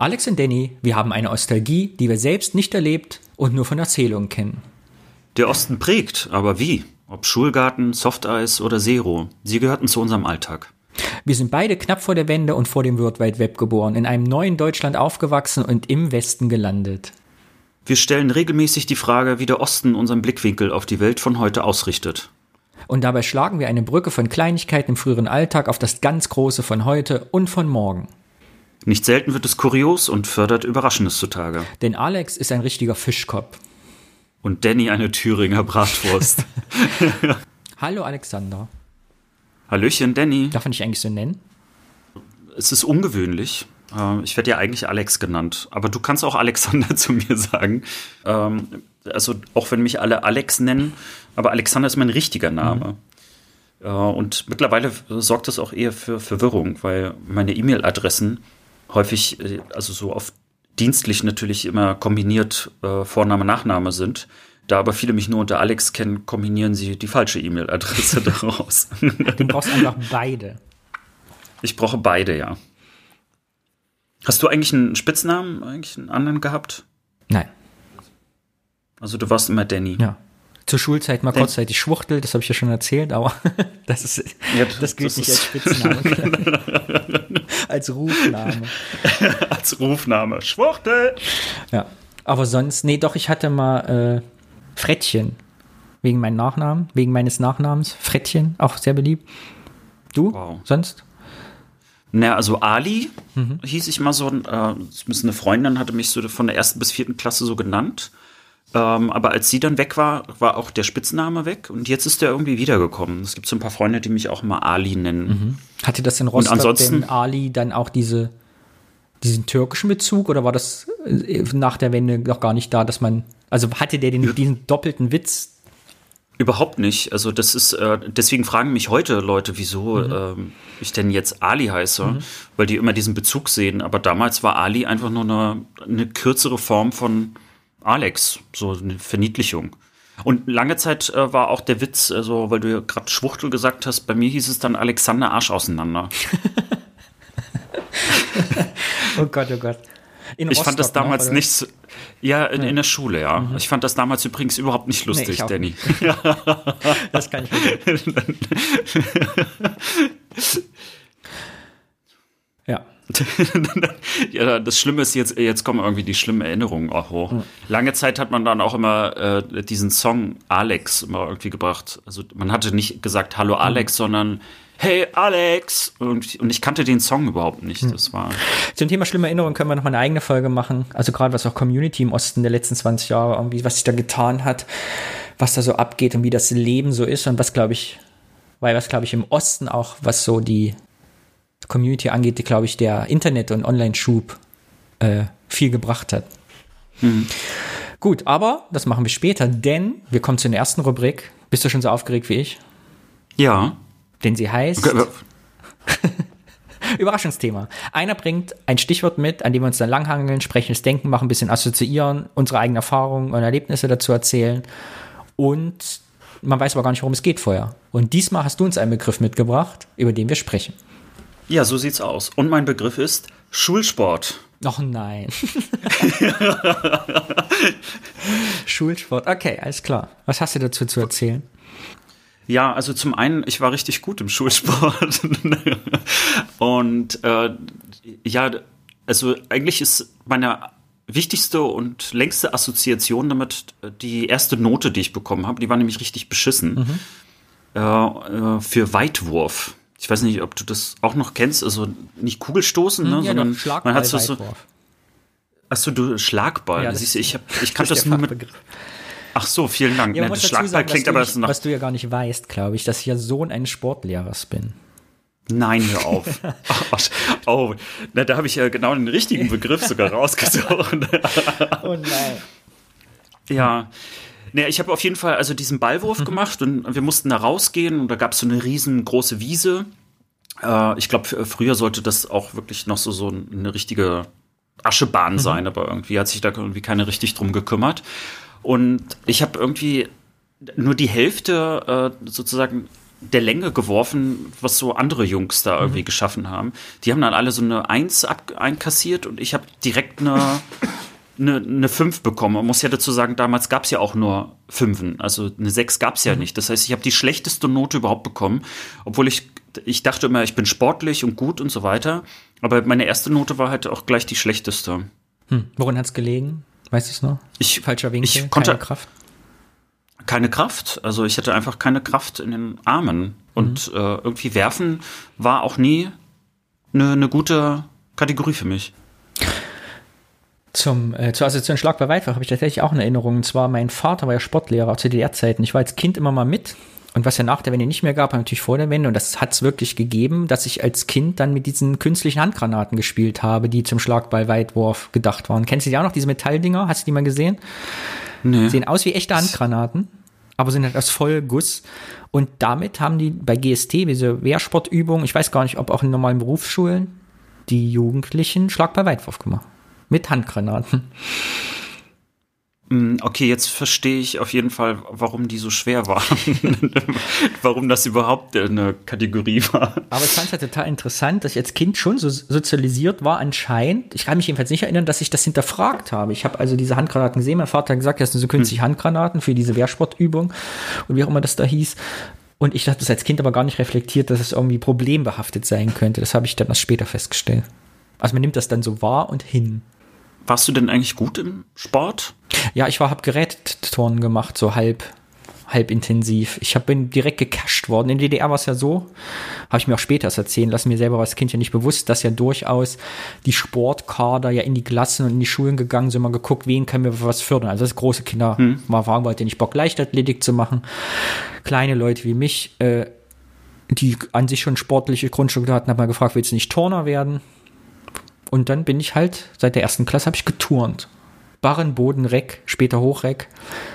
Alex und Danny, wir haben eine Nostalgie, die wir selbst nicht erlebt und nur von Erzählungen kennen. Der Osten prägt, aber wie? Ob Schulgarten, Softeis oder Zero, sie gehörten zu unserem Alltag. Wir sind beide knapp vor der Wende und vor dem World Wide Web geboren, in einem neuen Deutschland aufgewachsen und im Westen gelandet. Wir stellen regelmäßig die Frage, wie der Osten unseren Blickwinkel auf die Welt von heute ausrichtet. Und dabei schlagen wir eine Brücke von Kleinigkeiten im früheren Alltag auf das ganz Große von heute und von morgen. Nicht selten wird es kurios und fördert Überraschendes zutage. Denn Alex ist ein richtiger Fischkopf. Und Danny eine Thüringer Bratwurst. Hallo Alexander. Hallöchen, Danny. Darf man dich eigentlich so nennen? Es ist ungewöhnlich. Ich werde ja eigentlich Alex genannt. Aber du kannst auch Alexander zu mir sagen. Also auch wenn mich alle Alex nennen. Aber Alexander ist mein richtiger Name. Und mittlerweile sorgt das auch eher für Verwirrung, weil meine E-Mail-Adressen häufig, also so auf dienstlich natürlich immer kombiniert Vorname, Nachname sind. Da aber viele mich nur unter Alex kennen, kombinieren sie die falsche E-Mail-Adresse daraus. Du brauchst einfach beide. Ich brauche beide, ja. Hast du eigentlich einen Spitznamen, eigentlich einen anderen gehabt? Nein. Also du warst immer Danny. Ja. Zur Schulzeit mal kurzzeitig Schwuchtel, das habe ich ja schon erzählt, aber das gilt nicht als Spitzname. Als Rufname. Als Rufname. Schwuchtel! Ja, aber sonst, nee, doch, ich hatte mal Frettchen. Wegen meinem Nachnamen, wegen meines Nachnamens. Frettchen, auch sehr beliebt. Du? Wow. Sonst? Naja, also Ali hieß ich mal so. Eine Freundin hatte mich so von der 1. bis 4. Klasse so genannt. Aber als sie dann weg war, war auch der Spitzname weg. Und jetzt ist der irgendwie wiedergekommen. Es gibt so ein paar Freunde, die mich auch immer Ali nennen. Hatte das in Rostock denn Ali dann auch diesen türkischen Bezug? Oder war das nach der Wende noch gar nicht da, dass man, also hatte der diesen doppelten Witz? Überhaupt nicht. Also das ist, deswegen fragen mich heute Leute, wieso ich denn jetzt Ali heiße, weil die immer diesen Bezug sehen. Aber damals war Ali einfach nur eine kürzere Form von Alex, so eine Verniedlichung. Und lange Zeit war auch der Witz, also, weil du ja gerade Schwuchtel gesagt hast, bei mir hieß es dann Alexander Arsch auseinander. Oh Gott, oh Gott. Ich fand das damals nicht so, in der Schule, ja. Ich fand das damals übrigens überhaupt nicht lustig, nee, Danny. Das kann ich verstehen. Ja. Ja, das Schlimme ist, jetzt kommen irgendwie die schlimmen Erinnerungen auch hoch. Lange Zeit hat man dann auch immer diesen Song Alex immer irgendwie gebracht. Also man hatte nicht gesagt Hallo Alex, sondern Hey Alex! Und ich kannte den Song überhaupt nicht. Das war Zum Thema schlimme Erinnerungen können wir noch mal eine eigene Folge machen. Also gerade was auch Community im Osten der letzten 20 Jahre irgendwie, was sich da getan hat, was da so abgeht und wie das Leben so ist und was, glaube ich, im Osten auch, was so die Community angeht, glaube ich, der Internet- und Online-Schub viel gebracht hat. Gut, aber das machen wir später, denn wir kommen zu der ersten Rubrik. Bist du schon so aufgeregt wie ich? Ja. Denn sie heißt Überraschungsthema. Einer bringt ein Stichwort mit, an dem wir uns dann langhangeln, sprechendes Denken machen, ein bisschen assoziieren, unsere eigenen Erfahrungen und Erlebnisse dazu erzählen. Und man weiß aber gar nicht, worum es geht vorher. Und diesmal hast du uns einen Begriff mitgebracht, über den wir sprechen. Ja, so sieht's aus. Und mein Begriff ist Schulsport. Ach nein. Schulsport, okay, alles klar. Was hast du dazu zu erzählen? Ja, also zum einen, ich war richtig gut im Schulsport. Und also eigentlich ist meine wichtigste und längste Assoziation damit die erste Note, die ich bekommen habe. Die war nämlich richtig beschissen. Für Weitwurf. Ich weiß nicht, ob du das auch noch kennst. Also nicht Kugelstoßen, ne, sondern man hat so. Achso, du Schlagball. Ja, siehst du, ich kannte das nur mit. Ach so, vielen Dank. Ja, das Schlagball sagen, klingt aber das noch. Was du ja gar nicht weißt, glaube ich, dass ich ja Sohn eines Sportlehrers bin. Nein, hör auf. Da habe ich ja genau den richtigen Begriff sogar rausgesucht. Oh nein. Ja. Naja, ich habe auf jeden Fall also diesen Ballwurf gemacht und wir mussten da rausgehen und da gab es so eine riesengroße Wiese. Ich glaube, früher sollte das auch wirklich noch so eine richtige Aschebahn sein, aber irgendwie hat sich da irgendwie keiner richtig drum gekümmert. Und ich habe irgendwie nur die Hälfte sozusagen der Länge geworfen, was so andere Jungs da irgendwie geschaffen haben. Die haben dann alle so eine 1 einkassiert und ich habe direkt eine 5 bekommen. Man muss ja dazu sagen, damals gab es ja auch nur 5. Also eine 6 gab es ja nicht. Das heißt, ich habe die schlechteste Note überhaupt bekommen, obwohl ich dachte immer, ich bin sportlich und gut und so weiter. Aber meine erste Note war halt auch gleich die schlechteste. Worin hat es gelegen? Weißt du es noch? Falscher Winkel, ich konnte, keine Kraft? Keine Kraft. Also ich hatte einfach keine Kraft in den Armen. Und irgendwie werfen war auch nie eine gute Kategorie für mich. Zur Assoziation Schlag-bei-Weitwurf habe ich tatsächlich auch eine Erinnerung. Und zwar, mein Vater war ja Sportlehrer zu DDR-Zeiten. Ich war als Kind immer mal mit. Und was ja nach der Wende nicht mehr gab, war natürlich vor der Wende. Und das hat es wirklich gegeben, dass ich als Kind dann mit diesen künstlichen Handgranaten gespielt habe, die zum Schlagball-Weitwurf gedacht waren. Kennst du die auch noch, diese Metalldinger? Hast du die mal gesehen? Nee. Sehen aus wie echte Handgranaten, aber sind halt aus Vollguss. Und damit haben die bei GST, diese Wehrsportübungen, ich weiß gar nicht, ob auch in normalen Berufsschulen, die Jugendlichen Schlagball-Weitwurf gemacht. Mit Handgranaten. Okay, jetzt verstehe ich auf jeden Fall, warum die so schwer waren. Warum das überhaupt eine Kategorie war. Aber ich fand es halt total interessant, dass ich als Kind schon so sozialisiert war anscheinend. Ich kann mich jedenfalls nicht erinnern, dass ich das hinterfragt habe. Ich habe also diese Handgranaten gesehen. Mein Vater hat gesagt, das sind so künstliche Handgranaten für diese Wehrsportübung und wie auch immer das da hieß. Und ich habe das als Kind aber gar nicht reflektiert, dass es irgendwie problembehaftet sein könnte. Das habe ich dann erst später festgestellt. Also man nimmt das dann so wahr und hin. Warst du denn eigentlich gut im Sport? Ja, ich habe Gerätturnen gemacht, so halb intensiv. Bin direkt gecasht worden. In der DDR war es ja so, habe ich mir auch später erst erzählen lassen, mir selber war als Kind ja nicht bewusst, dass ja durchaus die Sportkader ja in die Klassen und in die Schulen gegangen sind, mal geguckt, wen können wir was fördern. Also das große Kinder mal fragen wollte, nicht Bock, Leichtathletik zu machen. Kleine Leute wie mich, die an sich schon sportliche Grundstruktur hatten, habe mal gefragt, willst du nicht Turner werden? Und dann bin ich halt, seit der 1. Klasse habe ich geturnt. Barren, Boden, Reck, später Hochreck.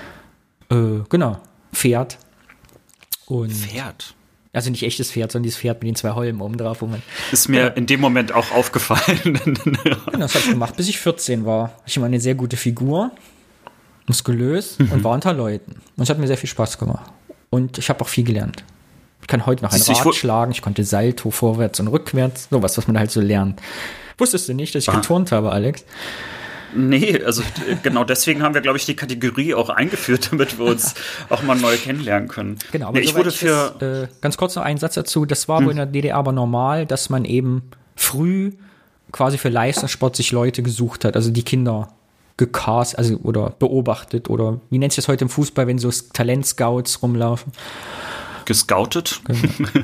Genau, Pferd. Und Pferd? Also nicht echtes Pferd, sondern dieses Pferd mit den 2 Holmen oben drauf. Ist mir in dem Moment auch aufgefallen. Genau, das habe ich gemacht, bis ich 14 war. Ich hatte eine sehr gute Figur, muskulös und war unter Leuten. Und es hat mir sehr viel Spaß gemacht. Und ich habe auch viel gelernt. Ich kann heute noch ein Rad schlagen, ich konnte Salto vorwärts und rückwärts, sowas, was man halt so lernt. Wusstest du nicht, dass ich geturnt habe, Alex? Nee, also genau deswegen haben wir, glaube ich, die Kategorie auch eingeführt, damit wir uns auch mal neu kennenlernen können. Genau, aber ich wurde ganz kurz noch einen Satz dazu, das war wohl in der DDR aber normal, dass man eben früh quasi für Leistungssport sich Leute gesucht hat, also die Kinder gecast, also oder beobachtet oder wie nennt sich das heute im Fußball, wenn so Talentscouts rumlaufen? Gescoutet? Genau.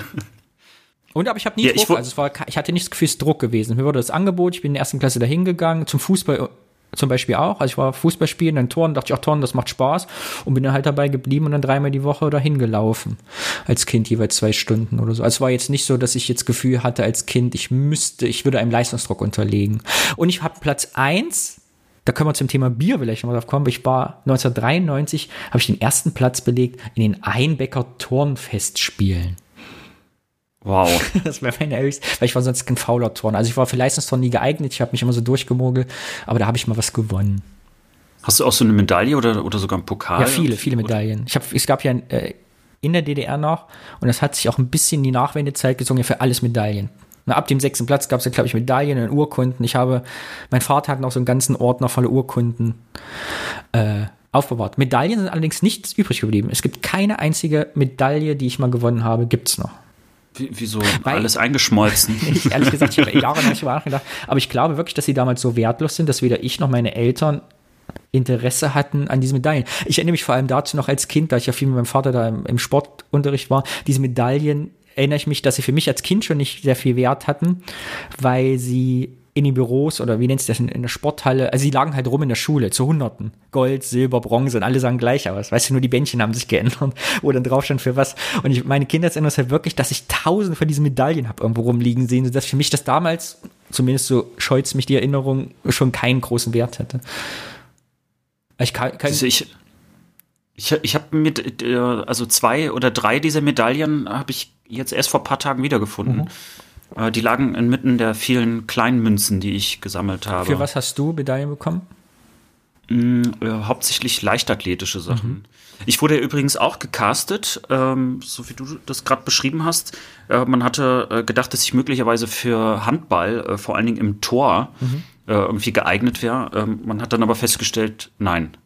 Und aber ich habe nie Druck, also ich hatte nicht das Gefühl, es ist Druck gewesen. Mir wurde das Angebot, ich bin in der 1. Klasse dahin gegangen, zum Fußball zum Beispiel auch. Also ich war Fußballspielen, dann Turnen, dachte ich auch Turnen, das macht Spaß und bin dann halt dabei geblieben und dann 3-mal die Woche dahin gelaufen. Als Kind jeweils 2 Stunden oder so. Also es war jetzt nicht so, dass ich jetzt Gefühl hatte als Kind, ich würde einem Leistungsdruck unterlegen. Und ich habe Platz 1, da können wir zum Thema Bier vielleicht noch mal drauf kommen, aber ich war 1993, habe ich den 1. Platz belegt in den Einbecker Turnfestspielen. Wow. Das wäre meine höchste, weil ich war sonst kein fauler Turner. Also ich war für Leistungsturnen nie geeignet, ich habe mich immer so durchgemogelt, aber da habe ich mal was gewonnen. Hast du auch so eine Medaille oder sogar einen Pokal? Ja, viele Medaillen. Es gab ja in der DDR noch, und das hat sich auch ein bisschen in die Nachwendezeit gezogen, ja für alles Medaillen. Ab dem 6. Platz gab es ja, glaube ich, Medaillen und Urkunden. Mein Vater hat noch so einen ganzen Ordner voller Urkunden aufbewahrt. Medaillen sind allerdings nichts übrig geblieben. Es gibt keine einzige Medaille, die ich mal gewonnen habe, gibt's noch. Wieso? Alles eingeschmolzen? Ehrlich gesagt, ich habe Jahre nicht nachgedacht. Aber ich glaube wirklich, dass sie damals so wertlos sind, dass weder ich noch meine Eltern Interesse hatten an diesen Medaillen. Ich erinnere mich vor allem dazu noch als Kind, da ich ja viel mit meinem Vater da im Sportunterricht war, diese Medaillen, erinnere ich mich, dass sie für mich als Kind schon nicht sehr viel Wert hatten, weil sie in den Büros oder wie nennt es das in der Sporthalle, also sie lagen halt rum in der Schule zu Hunderten. Gold, Silber, Bronze und alle sahen gleich aus. Weißt du, nur die Bändchen haben sich geändert, wo dann drauf stand für was. Und meine Kindheitserinnerung ist halt wirklich, dass ich Tausende von diesen Medaillen habe irgendwo rumliegen sehen, sodass für mich das damals, zumindest so scheut mich die Erinnerung, schon keinen großen Wert hatte. Ich habe also 2 oder 3 dieser Medaillen habe ich jetzt erst vor ein paar Tagen wiedergefunden. Die lagen inmitten der vielen kleinen Münzen, die ich gesammelt habe. Für was hast du Medaillen bekommen? Hauptsächlich leichtathletische Sachen. Ich wurde ja übrigens auch gecastet, so wie du das gerade beschrieben hast. Man hatte gedacht, dass ich möglicherweise für Handball, vor allen Dingen im Tor, irgendwie geeignet wäre. Man hat dann aber festgestellt, nein.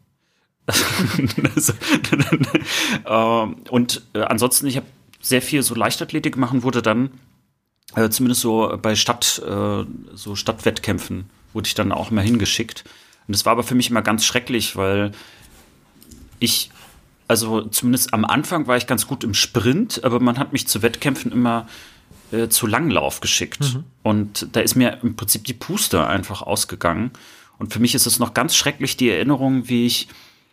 Und ansonsten, ich habe sehr viel so Leichtathletik machen, wurde dann zumindest so bei Stadtwettkämpfen wurde ich dann auch mal hingeschickt. Und das war aber für mich immer ganz schrecklich, weil also zumindest am Anfang war ich ganz gut im Sprint, aber man hat mich zu Wettkämpfen immer zu Langlauf geschickt. Und da ist mir im Prinzip die Puste einfach ausgegangen. Und für mich ist es noch ganz schrecklich, die Erinnerung, wie ich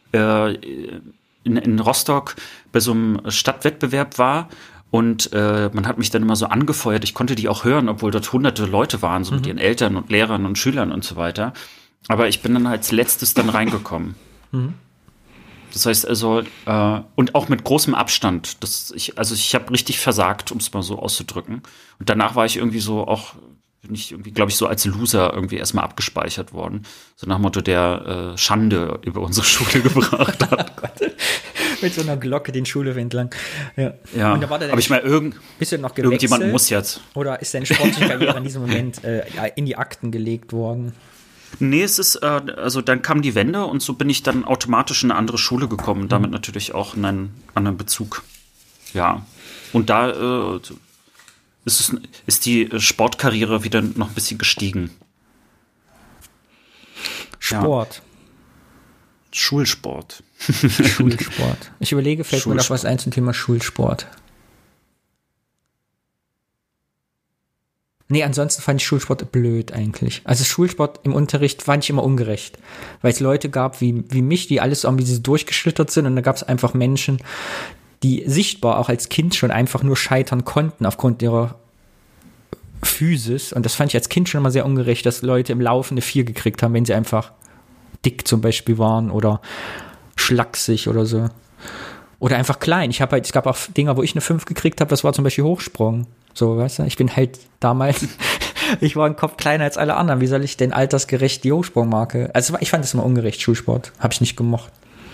in Rostock bei so einem Stadtwettbewerb war. Und man hat mich dann immer so angefeuert. Ich konnte die auch hören, obwohl dort hunderte Leute waren, so mit ihren Eltern und Lehrern und Schülern und so weiter. Aber ich bin dann als letztes dann reingekommen. Das heißt also, und auch mit großem Abstand. Ich habe richtig versagt, um es mal so auszudrücken. Und danach war ich irgendwie so auch, bin ich irgendwie, glaube ich, so als Loser irgendwie erstmal abgespeichert worden. So nach dem Motto, der Schande über unsere Schule gebracht hat. Oh Gott. Mit so einer Glocke den Schulhof entlang. Ja, und da war aber ich meine, bist du noch gewechselt? Irgendjemand muss jetzt. Oder ist deine sportliche Karriere in diesem Moment in die Akten gelegt worden? Nee, es ist, also dann kam die Wende und so bin ich dann automatisch in eine andere Schule gekommen und damit natürlich auch in einen anderen Bezug. Ja. Und da ist die Sportkarriere wieder noch ein bisschen gestiegen. Sport. Ja. Schulsport. Schulsport. Ich überlege, fällt mir noch was ein zum Thema Schulsport. Nee, ansonsten fand ich Schulsport blöd eigentlich. Also Schulsport im Unterricht fand ich immer ungerecht, weil es Leute gab wie mich, die alles irgendwie so durchgeschlittert sind und da gab es einfach Menschen, die sichtbar auch als Kind schon einfach nur scheitern konnten aufgrund ihrer Physis und das fand ich als Kind schon immer sehr ungerecht, dass Leute im Laufen eine 4 gekriegt haben, wenn sie einfach dick zum Beispiel waren oder schlaksig oder so. Oder einfach klein. Es gab auch Dinger, wo ich eine 5 gekriegt habe, das war zum Beispiel Hochsprung. So, weißt du, ich bin halt damals, ich war ein Kopf kleiner als alle anderen. Wie soll ich denn altersgerecht die Hochsprungmarke? Also ich fand das immer ungerecht, Schulsport. Habe ich nicht gemocht.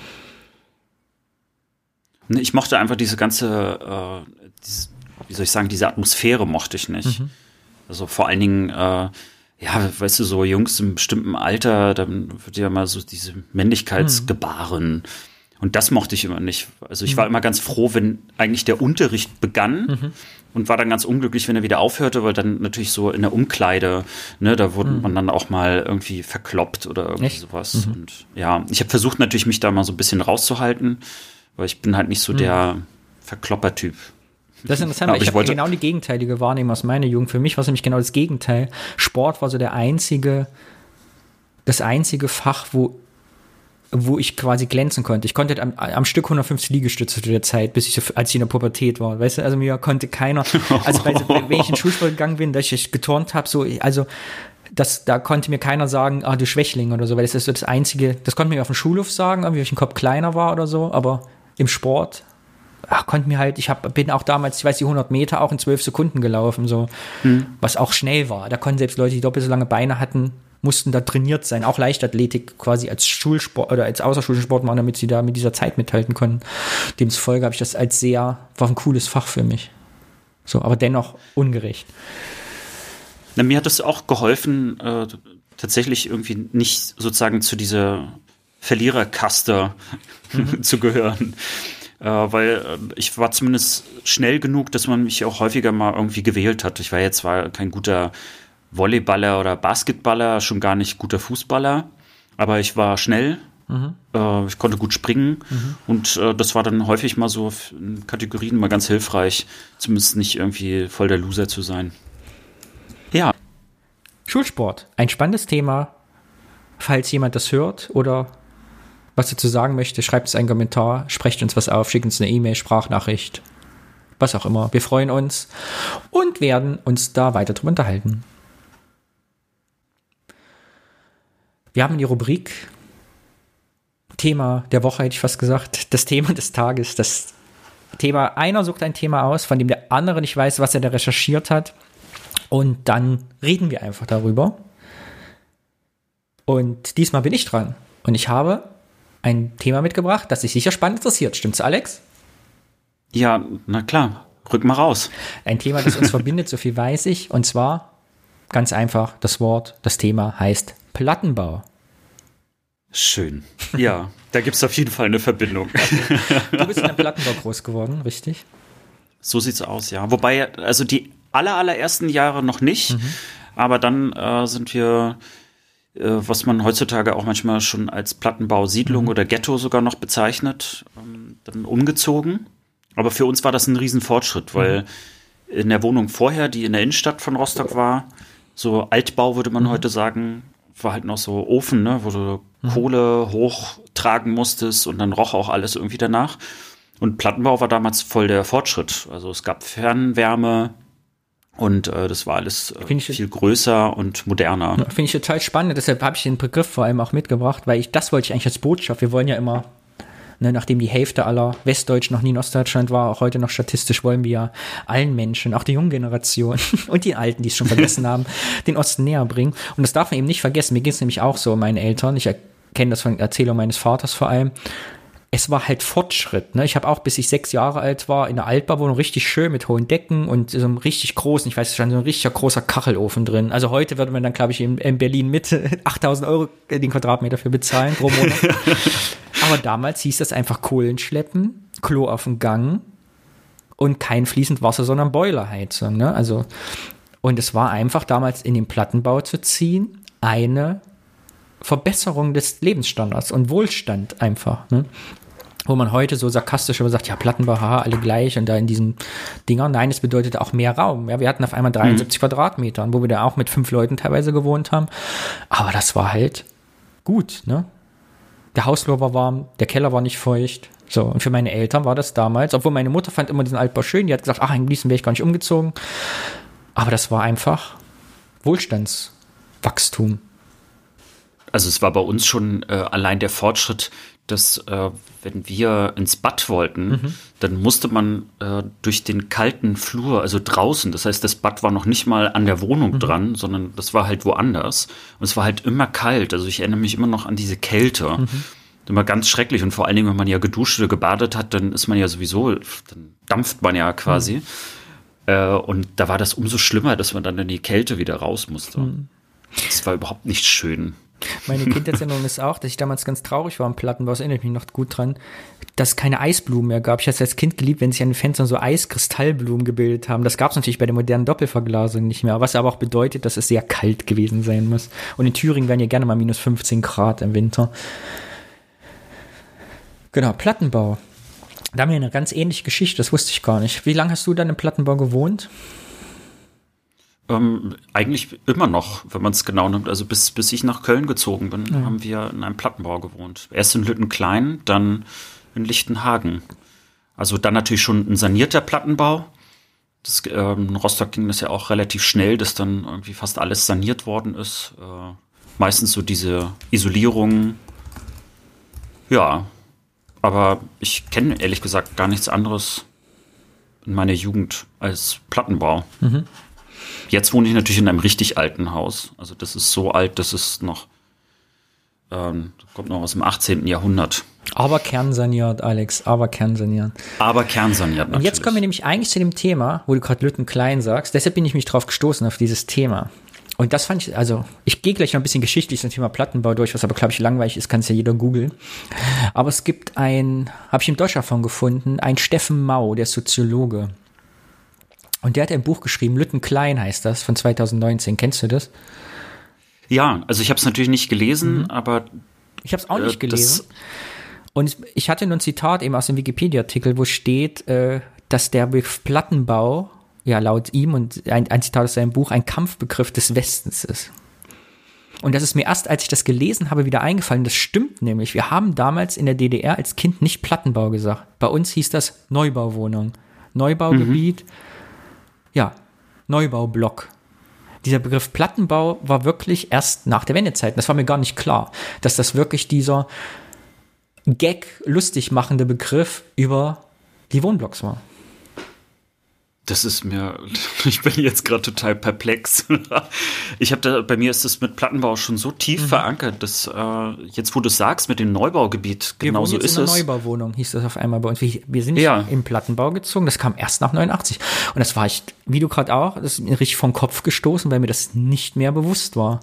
Ich mochte einfach diese ganze, wie soll ich sagen, diese Atmosphäre mochte ich nicht. Also vor allen Dingen, ja, weißt du, so Jungs im bestimmten Alter, dann wird ja mal so diese Männlichkeitsgebaren. Und das mochte ich immer nicht. Also ich war immer ganz froh, wenn eigentlich der Unterricht begann und war dann ganz unglücklich, wenn er wieder aufhörte, weil dann natürlich so in der Umkleide, ne, da wurde man dann auch mal irgendwie verkloppt oder irgendwie sowas. Und ja, ich habe versucht natürlich, mich da mal so ein bisschen rauszuhalten, weil ich bin halt nicht so der Verklopper-Typ. Das ist interessant, weil ich habe genau die gegenteilige Wahrnehmung aus meiner Jugend. Für mich war es nämlich genau das Gegenteil. Sport war so das einzige Fach, wo ich quasi glänzen konnte. Ich konnte am Stück 150 Liegestütze zu der Zeit, als ich in der Pubertät war. Weißt du, also mir konnte keiner, also wenn ich in den Schulsport gegangen bin, dass ich geturnt habe, so, also da konnte mir keiner sagen, du Schwächling oder so, weil das ist so das Einzige, das konnte mir auf dem Schulhof sagen, irgendwie, weil ich ein Kopf kleiner war oder so, aber im Sport konnte mir halt, bin auch damals, ich weiß, die 100 Meter auch in 12 Sekunden gelaufen, so, was auch schnell war. Da konnten selbst Leute, die doppelt so lange Beine hatten, mussten da trainiert sein, auch Leichtathletik quasi als Schulsport oder als außerschulischen Sport machen, damit sie da mit dieser Zeit mithalten können. Demzufolge habe ich das war ein cooles Fach für mich. So, aber dennoch ungerecht. Na, mir hat es auch geholfen, tatsächlich irgendwie nicht sozusagen zu dieser Verliererkaste zu gehören. Weil ich war zumindest schnell genug, dass man mich auch häufiger mal irgendwie gewählt hat. Ich war jetzt zwar kein guter Volleyballer oder Basketballer, schon gar nicht guter Fußballer, aber ich war schnell, ich konnte gut springen und das war dann häufig mal so in Kategorien mal ganz hilfreich, zumindest nicht irgendwie voll der Loser zu sein. Ja. Schulsport, ein spannendes Thema. Falls jemand das hört oder was dazu sagen möchte, schreibt es einen Kommentar, sprecht uns was auf, schickt uns eine E-Mail, Sprachnachricht, was auch immer. Wir freuen uns und werden uns da weiter drüber unterhalten. Wir haben die Rubrik Thema der Woche, hätte ich fast gesagt, das Thema des Tages, das Thema, einer sucht ein Thema aus, von dem der andere nicht weiß, was er da recherchiert hat und dann reden wir einfach darüber. Und diesmal bin ich dran. Und ich habe ein Thema mitgebracht, das dich sicher spannend interessiert. Stimmt's, Alex? Ja, na klar. Rück mal raus. Ein Thema, das uns verbindet, so viel weiß ich. Und zwar, ganz einfach, das Thema heißt Plattenbau. Schön. Ja, da gibt es auf jeden Fall eine Verbindung. Du bist in einem Plattenbau groß geworden, richtig? So sieht's aus, ja. Wobei, also die allerersten Jahre noch nicht, aber dann sind wir, was man heutzutage auch manchmal schon als Plattenbausiedlung oder Ghetto sogar noch bezeichnet, dann umgezogen. Aber für uns war das ein Riesenfortschritt, weil in der Wohnung vorher, die in der Innenstadt von Rostock war, so Altbau würde man heute sagen, war halt noch so Ofen, ne, wo du Kohle hochtragen musstest und dann roch auch alles irgendwie danach. Und Plattenbau war damals voll der Fortschritt. Also es gab Fernwärme und das war alles viel größer und moderner. Ja, finde ich total spannend. Deshalb habe ich den Begriff vor allem auch mitgebracht, weil das wollte ich eigentlich als Botschaft. Wir wollen ja immer, nachdem die Hälfte aller Westdeutschen noch nie in Ostdeutschland war, auch heute noch statistisch wollen wir ja allen Menschen, auch der jungen Generation und die Alten, die es schon vergessen haben, den Osten näher bringen. Und das darf man eben nicht vergessen. Mir ging es nämlich auch so, meinen Eltern, ich kenne das von Erzählungen meines Vaters vor allem, es war halt Fortschritt. Ne? Ich habe auch, bis ich 6 Jahre alt war, in der Altbauwohnung richtig schön mit hohen Decken und so einem richtig großen, ich weiß, es stand so ein richtiger großer Kachelofen drin. Also heute würde man dann, glaube ich, in Berlin mit 8.000 € den Quadratmeter für bezahlen pro Monat. Aber damals hieß das einfach Kohlen schleppen, Klo auf dem Gang und kein fließend Wasser, sondern Boilerheizung. Ne? Also, und es war einfach damals in den Plattenbau zu ziehen, eine Verbesserung des Lebensstandards und Wohlstand einfach. Ne? Wo man heute so sarkastisch immer sagt, ja, Plattenbau, haha, alle gleich und da in diesen Dingern. Nein, es bedeutete auch mehr Raum. Ja, wir hatten auf einmal 73 Quadratmeter, wo wir da auch mit 5 Leuten teilweise gewohnt haben. Aber das war halt gut, ne? Der Hausflur war warm, der Keller war nicht feucht. So, und für meine Eltern war das damals, obwohl meine Mutter fand immer diesen Altbau schön, die hat gesagt, ach, in Gießen wäre ich gar nicht umgezogen. Aber das war einfach Wohlstandswachstum. Also es war bei uns schon allein der Fortschritt, dass wenn wir ins Bad wollten, dann musste man durch den kalten Flur, also draußen, das heißt, das Bad war noch nicht mal an der Wohnung dran, sondern das war halt woanders. Und es war halt immer kalt. Also ich erinnere mich immer noch an diese Kälte. Immer ganz schrecklich. Und vor allen Dingen, wenn man ja geduscht oder gebadet hat, dann ist man ja sowieso, dann dampft man ja quasi. Und da war das umso schlimmer, dass man dann in die Kälte wieder raus musste. Das war überhaupt nicht schön. Meine Kindheitserinnerung ist auch, dass ich damals ganz traurig war am Plattenbau, das erinnere ich mich noch gut dran, dass es keine Eisblumen mehr gab. Ich hatte es als Kind geliebt, wenn sich an den Fenstern so Eiskristallblumen gebildet haben. Das gab es natürlich bei der modernen Doppelverglasung nicht mehr, was aber auch bedeutet, dass es sehr kalt gewesen sein muss. Und in Thüringen werden ja gerne mal minus 15 Grad im Winter. Genau, Plattenbau. Da haben wir eine ganz ähnliche Geschichte, das wusste ich gar nicht. Wie lange hast du dann im Plattenbau gewohnt? Eigentlich immer noch, wenn man es genau nimmt. Also bis ich nach Köln gezogen bin, haben wir in einem Plattenbau gewohnt. Erst in Lüttenklein, dann in Lichtenhagen. Also dann natürlich schon ein sanierter Plattenbau. In Rostock ging das ja auch relativ schnell, dass dann irgendwie fast alles saniert worden ist. Meistens so diese Isolierung. Ja, aber ich kenne ehrlich gesagt gar nichts anderes in meiner Jugend als Plattenbau. Jetzt wohne ich natürlich in einem richtig alten Haus. Also das ist so alt, dass es noch kommt noch aus dem 18. Jahrhundert. Aber kernsaniert, Alex, aber kernsaniert. Aber kernsaniert natürlich. Und jetzt kommen wir nämlich eigentlich zu dem Thema, wo du gerade Lüttenklein sagst. Deshalb bin ich mich drauf gestoßen, auf dieses Thema. Und das fand ich, also ich gehe gleich noch ein bisschen geschichtlich zum Thema Plattenbau durch, was aber, glaube ich, langweilig ist, kann es ja jeder googeln. Aber es gibt habe ich im Deutschlandfunk gefunden, einen Steffen Mau, der ist Soziologe. Und der hat ein Buch geschrieben, Lüttenklein heißt das, von 2019. Kennst du das? Ja, also ich habe es natürlich nicht gelesen, aber ich habe es auch nicht gelesen. Und ich hatte nur ein Zitat eben aus dem Wikipedia-Artikel, wo steht, dass der Begriff Plattenbau, ja laut ihm und ein Zitat aus seinem Buch, ein Kampfbegriff des Westens ist. Und das ist mir erst, als ich das gelesen habe, wieder eingefallen. Das stimmt nämlich. Wir haben damals in der DDR als Kind nicht Plattenbau gesagt. Bei uns hieß das Neubauwohnung. Neubaugebiet, ja, Neubaublock. Dieser Begriff Plattenbau war wirklich erst nach der Wendezeit. Das war mir gar nicht klar, dass das wirklich dieser Gag lustig machende Begriff über die Wohnblocks war. Ich bin jetzt gerade total perplex. Bei mir ist es mit Plattenbau schon so tief verankert, dass jetzt, wo du es sagst, mit dem Neubaugebiet, genau so ist es. In einer Neubauwohnung hieß das auf einmal bei uns. Wir sind nicht im Plattenbau gezogen, das kam erst nach 89. Und das war echt, wie du gerade auch, das ist mir richtig vom Kopf gestoßen, weil mir das nicht mehr bewusst war.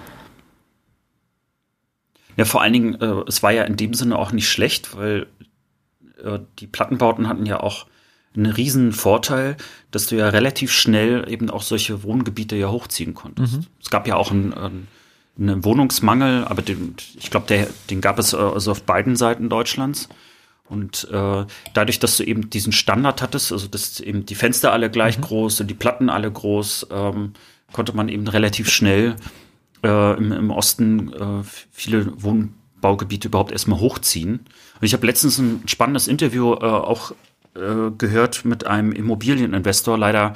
Ja, vor allen Dingen, es war ja in dem Sinne auch nicht schlecht, weil die Plattenbauten hatten ja auch einen riesen Vorteil, dass du ja relativ schnell eben auch solche Wohngebiete ja hochziehen konntest. Es gab ja auch einen Wohnungsmangel, aber ich glaube, den gab es also auf beiden Seiten Deutschlands. Und dadurch, dass du eben diesen Standard hattest, also dass eben die Fenster alle gleich groß und die Platten alle groß, konnte man eben relativ schnell im Osten viele Wohnbaugebiete überhaupt erstmal hochziehen. Und ich habe letztens ein spannendes Interview auch gehört mit einem Immobilieninvestor. Leider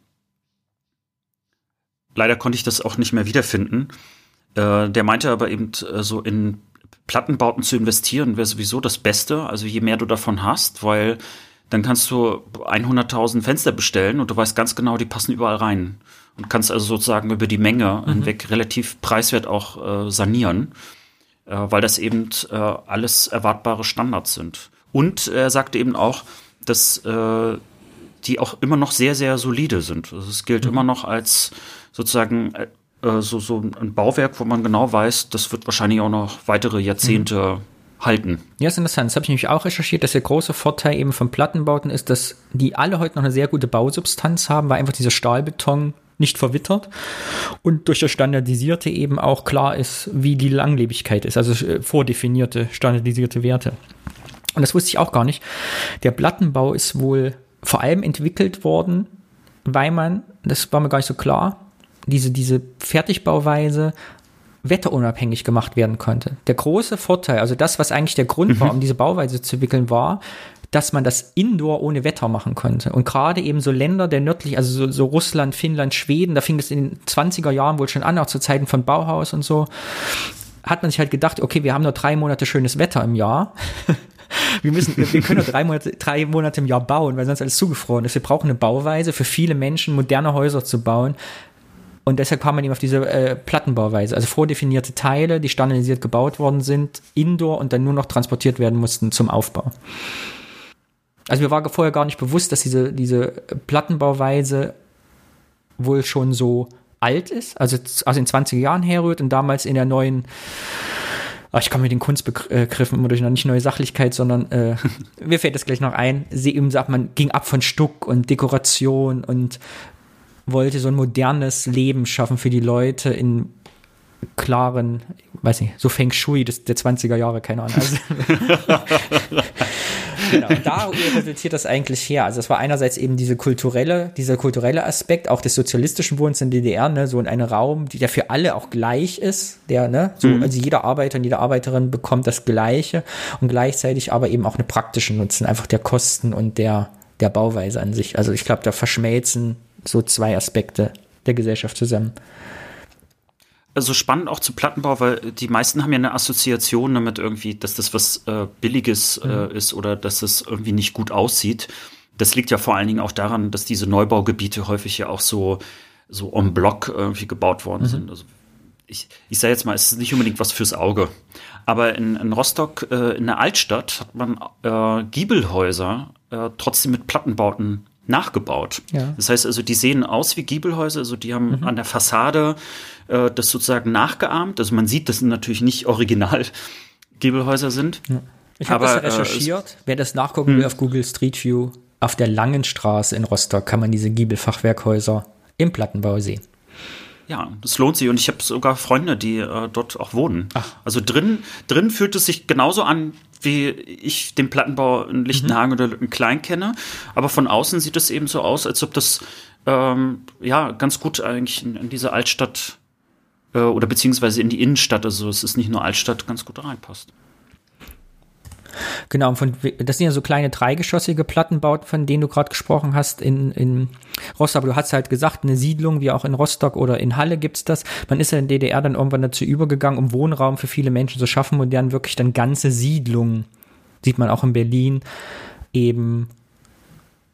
konnte ich das auch nicht mehr wiederfinden. Der meinte aber eben, so in Plattenbauten zu investieren wäre sowieso das Beste. Also je mehr du davon hast, weil dann kannst du 100.000 Fenster bestellen und du weißt ganz genau, die passen überall rein. Und kannst also sozusagen über die Menge hinweg relativ preiswert auch sanieren, weil das eben alles erwartbare Standards sind. Und er sagte eben auch, dass die auch immer noch sehr, sehr solide sind. Also es gilt immer noch als sozusagen so ein Bauwerk, wo man genau weiß, das wird wahrscheinlich auch noch weitere Jahrzehnte halten. Ja, ist interessant. Das habe ich nämlich auch recherchiert, dass der große Vorteil eben von Plattenbauten ist, dass die alle heute noch eine sehr gute Bausubstanz haben, weil einfach dieser Stahlbeton nicht verwittert und durch das Standardisierte eben auch klar ist, wie die Langlebigkeit ist, also vordefinierte, standardisierte Werte. Und das wusste ich auch gar nicht. Der Plattenbau ist wohl vor allem entwickelt worden, weil man, das war mir gar nicht so klar, diese Fertigbauweise wetterunabhängig gemacht werden konnte. Der große Vorteil, also das, was eigentlich der Grund war, um diese Bauweise zu entwickeln, war, dass man das Indoor ohne Wetter machen konnte. Und gerade eben so Länder der nördlich, also so Russland, Finnland, Schweden, da fing das in den 20er Jahren wohl schon an, auch zu Zeiten von Bauhaus und so, hat man sich halt gedacht, okay, wir haben nur 3 Monate schönes Wetter im Jahr. Wir können nur 3 Monate im Jahr bauen, weil sonst alles zugefroren ist. Wir brauchen eine Bauweise für viele Menschen, moderne Häuser zu bauen. Und deshalb kam man eben auf diese Plattenbauweise, also vordefinierte Teile, die standardisiert gebaut worden sind, indoor und dann nur noch transportiert werden mussten zum Aufbau. Also mir war vorher gar nicht bewusst, dass diese Plattenbauweise wohl schon so alt ist, also aus den 20er Jahren herrührt und damals in der neuen, ich komme mit den Kunstbegriffen immer durcheinander, nicht neue Sachlichkeit, sondern mir fällt das gleich noch ein, eben sagt man, ging ab von Stuck und Dekoration und wollte so ein modernes Leben schaffen für die Leute in klaren, weiß nicht, so Feng Shui der 20er Jahre, keine Ahnung. Also, genau, da resultiert das eigentlich her. Also es war einerseits eben dieser kulturelle Aspekt, auch des sozialistischen Wohnens in der DDR, ne, so in einem Raum, der für alle auch gleich ist, also jeder Arbeiter und jede Arbeiterin bekommt das Gleiche und gleichzeitig aber eben auch eine praktische Nutzen, einfach der Kosten und der Bauweise an sich. Also ich glaube, da verschmelzen so 2 Aspekte der Gesellschaft zusammen. Also spannend auch zu Plattenbau, weil die meisten haben ja eine Assoziation damit irgendwie, dass das was Billiges ist oder dass es irgendwie nicht gut aussieht. Das liegt ja vor allen Dingen auch daran, dass diese Neubaugebiete häufig ja auch so en bloc irgendwie gebaut worden sind. Also ich sage jetzt mal, es ist nicht unbedingt was fürs Auge. Aber in Rostock, in der Altstadt, hat man Giebelhäuser trotzdem mit Plattenbauten nachgebaut. Ja. Das heißt also, die sehen aus wie Giebelhäuser, also die haben an der Fassade das sozusagen nachgeahmt. Also man sieht, dass natürlich nicht original Giebelhäuser sind. Ja. Ich habe das recherchiert. Wer das nachgucken will auf Google Street View, auf der Langenstraße in Rostock kann man diese Giebelfachwerkhäuser im Plattenbau sehen. Ja, das lohnt sich und ich habe sogar Freunde, die dort auch wohnen. Ach. Also drin fühlt es sich genauso an, wie ich den Plattenbau in Lichtenhagen oder Lüttenklein kenne, aber von außen sieht es eben so aus, als ob das ganz gut eigentlich in diese Altstadt oder beziehungsweise in die Innenstadt, also es ist nicht nur Altstadt, ganz gut reinpasst. Genau, das sind ja so kleine dreigeschossige Plattenbauten, von denen du gerade gesprochen hast in Rostock. Du hast halt gesagt, eine Siedlung, wie auch in Rostock oder in Halle gibt's das. Man ist ja in der DDR dann irgendwann dazu übergegangen, um Wohnraum für viele Menschen zu schaffen, modern wirklich dann ganze Siedlungen, sieht man auch in Berlin, eben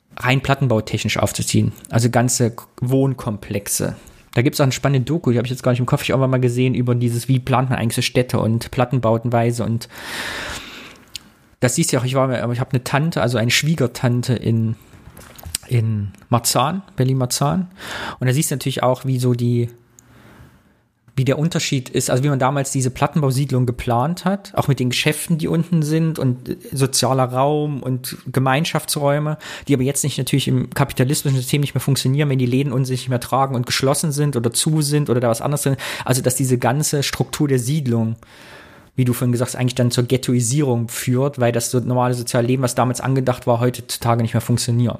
rein plattenbautechnisch aufzuziehen. Also ganze Wohnkomplexe. Da gibt es auch eine spannende Doku, die habe ich jetzt gar nicht im Kopf, ich habe auch mal gesehen, über dieses, wie plant man eigentlich so Städte und Plattenbautenweise. Und das siehst du ja auch, ich habe eine Tante, also eine Schwiegertante in Marzahn, Berlin-Marzahn. Und da siehst du natürlich auch, wie der Unterschied ist, also wie man damals diese Plattenbausiedlung geplant hat, auch mit den Geschäften, die unten sind und sozialer Raum und Gemeinschaftsräume, die aber jetzt nicht natürlich im kapitalistischen System nicht mehr funktionieren, wenn die Läden uns nicht mehr tragen und geschlossen sind oder zu sind oder da was anderes drin. Also dass diese ganze Struktur der Siedlung, wie du vorhin gesagt hast, eigentlich dann zur Ghettoisierung führt, weil das so normale soziale Leben, was damals angedacht war, heutzutage nicht mehr funktioniert.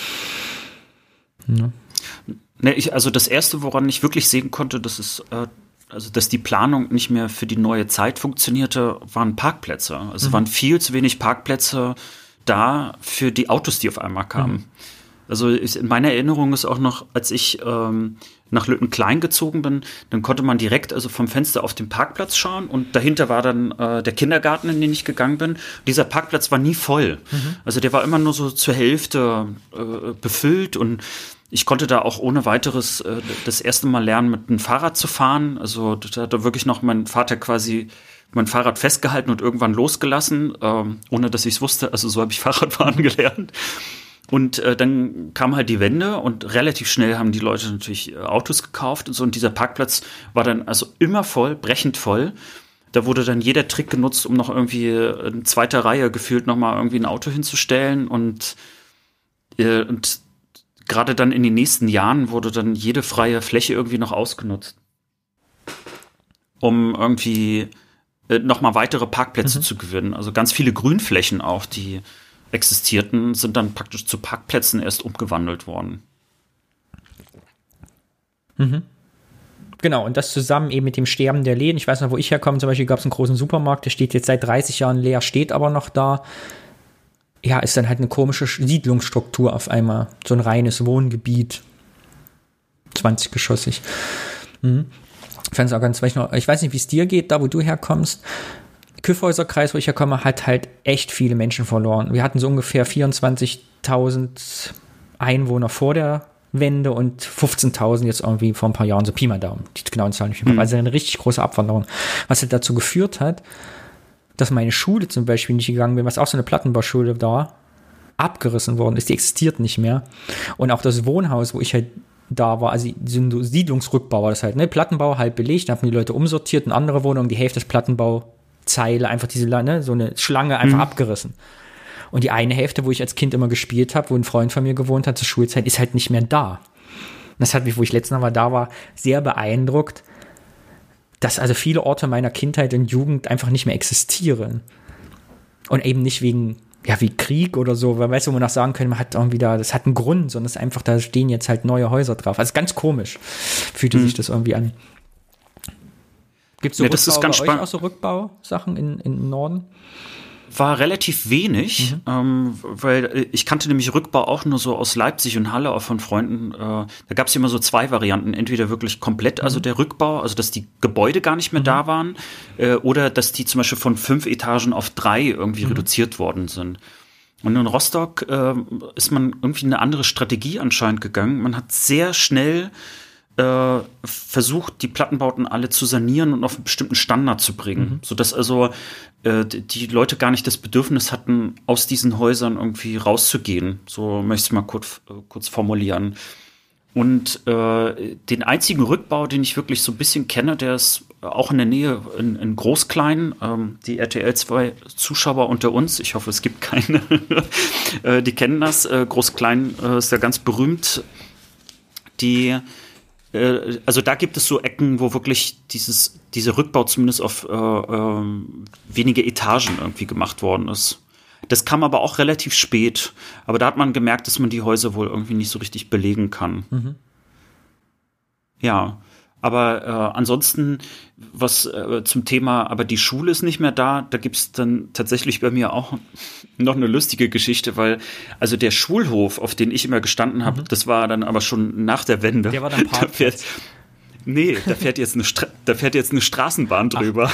Ja. Also das Erste, woran ich wirklich sehen konnte, dass die Planung nicht mehr für die neue Zeit funktionierte, waren Parkplätze. Also waren viel zu wenig Parkplätze da für die Autos, die auf einmal kamen. Also in meiner Erinnerung ist auch noch, als ich nach Lüttenklein gezogen bin, dann konnte man direkt also vom Fenster auf den Parkplatz schauen und dahinter war dann der Kindergarten, in den ich gegangen bin. Dieser Parkplatz war nie voll. Also der war immer nur so zur Hälfte befüllt und ich konnte da auch ohne weiteres das erste Mal lernen, mit einem Fahrrad zu fahren. Also da hat wirklich noch mein Vater quasi mein Fahrrad festgehalten und irgendwann losgelassen, ohne dass ich es wusste. Also so habe ich Fahrradfahren gelernt. Und dann kam halt die Wende und relativ schnell haben die Leute natürlich Autos gekauft und so. Und dieser Parkplatz war dann also immer voll, brechend voll. Da wurde dann jeder Trick genutzt, um noch irgendwie in zweiter Reihe gefühlt nochmal irgendwie ein Auto hinzustellen. Und gerade dann in den nächsten Jahren wurde dann jede freie Fläche irgendwie noch ausgenutzt, um irgendwie nochmal weitere Parkplätze zu gewinnen. Also ganz viele Grünflächen auch, die existierten, sind dann praktisch zu Parkplätzen erst umgewandelt worden. Genau, und das zusammen eben mit dem Sterben der Läden. Ich weiß noch, wo ich herkomme, zum Beispiel gab es einen großen Supermarkt, der steht jetzt seit 30 Jahren leer, steht aber noch da. Ja, ist dann halt eine komische Siedlungsstruktur auf einmal. So ein reines Wohngebiet. 20-geschossig. Ich fand es auch ganz wichtig. Ich weiß nicht, wie es dir geht, da wo du herkommst. Kyffhäuser-Kreis, wo ich herkomme, hat halt echt viele Menschen verloren. Wir hatten so ungefähr 24.000 Einwohner vor der Wende und 15.000 jetzt irgendwie vor ein paar Jahren, so Pi mal Daumen. Die genauen Zahlen nicht mehr. Also eine richtig große Abwanderung. Was halt dazu geführt hat, dass meine Schule zum Beispiel nicht gegangen bin, was auch so eine Plattenbauschule da, abgerissen worden ist, die existiert nicht mehr. Und auch das Wohnhaus, wo ich halt da war, also so Siedlungsrückbau war das halt, ne, Plattenbau halb belegt, da haben die Leute umsortiert in andere Wohnungen, die Hälfte des Plattenbauzeile, einfach diese, ne, so eine Schlange einfach abgerissen. Und die eine Hälfte, wo ich als Kind immer gespielt habe, wo ein Freund von mir gewohnt hat zur Schulzeit, ist halt nicht mehr da. Und das hat mich, wo ich letztes Mal da war, sehr beeindruckt, dass also viele Orte meiner Kindheit und Jugend einfach nicht mehr existieren. Und eben nicht wegen, ja, wie Krieg oder so, weil, weißt du, wo man auch sagen könnte, man hat irgendwie da, das hat einen Grund, sondern es ist einfach, da stehen jetzt halt neue Häuser drauf. Also ganz komisch fühlte sich das irgendwie an. Gibt es so Rückbau bei euch auch so Rückbausachen im Norden? War relativ wenig, weil ich kannte nämlich Rückbau auch nur so aus Leipzig und Halle, auch von Freunden. Da gab es immer so zwei Varianten. Entweder wirklich komplett, also der Rückbau, also dass die Gebäude gar nicht mehr da waren, oder dass die zum Beispiel von 5 Etagen auf 3 irgendwie reduziert worden sind. Und in Rostock ist man irgendwie eine andere Strategie anscheinend gegangen. Man hat sehr schnell versucht, die Plattenbauten alle zu sanieren und auf einen bestimmten Standard zu bringen, sodass also die Leute gar nicht das Bedürfnis hatten, aus diesen Häusern irgendwie rauszugehen. So möchte ich es mal kurz formulieren. Und den einzigen Rückbau, den ich wirklich so ein bisschen kenne, der ist auch in der Nähe in Großklein, die RTL 2 Zuschauer unter uns, ich hoffe, es gibt keine, die kennen das. Großklein ist ja ganz berühmt. Also da gibt es so Ecken, wo wirklich dieser Rückbau zumindest auf wenige Etagen irgendwie gemacht worden ist. Das kam aber auch relativ spät. Aber da hat man gemerkt, dass man die Häuser wohl irgendwie nicht so richtig belegen kann. Ja, aber ansonsten, was zum Thema, aber die Schule ist nicht mehr da, da gibt es dann tatsächlich bei mir auch noch eine lustige Geschichte, weil also der Schulhof, auf den ich immer gestanden habe, das war dann aber schon nach der Wende. Der war dann Parkplatz. Nee, da fährt jetzt eine Straßenbahn drüber.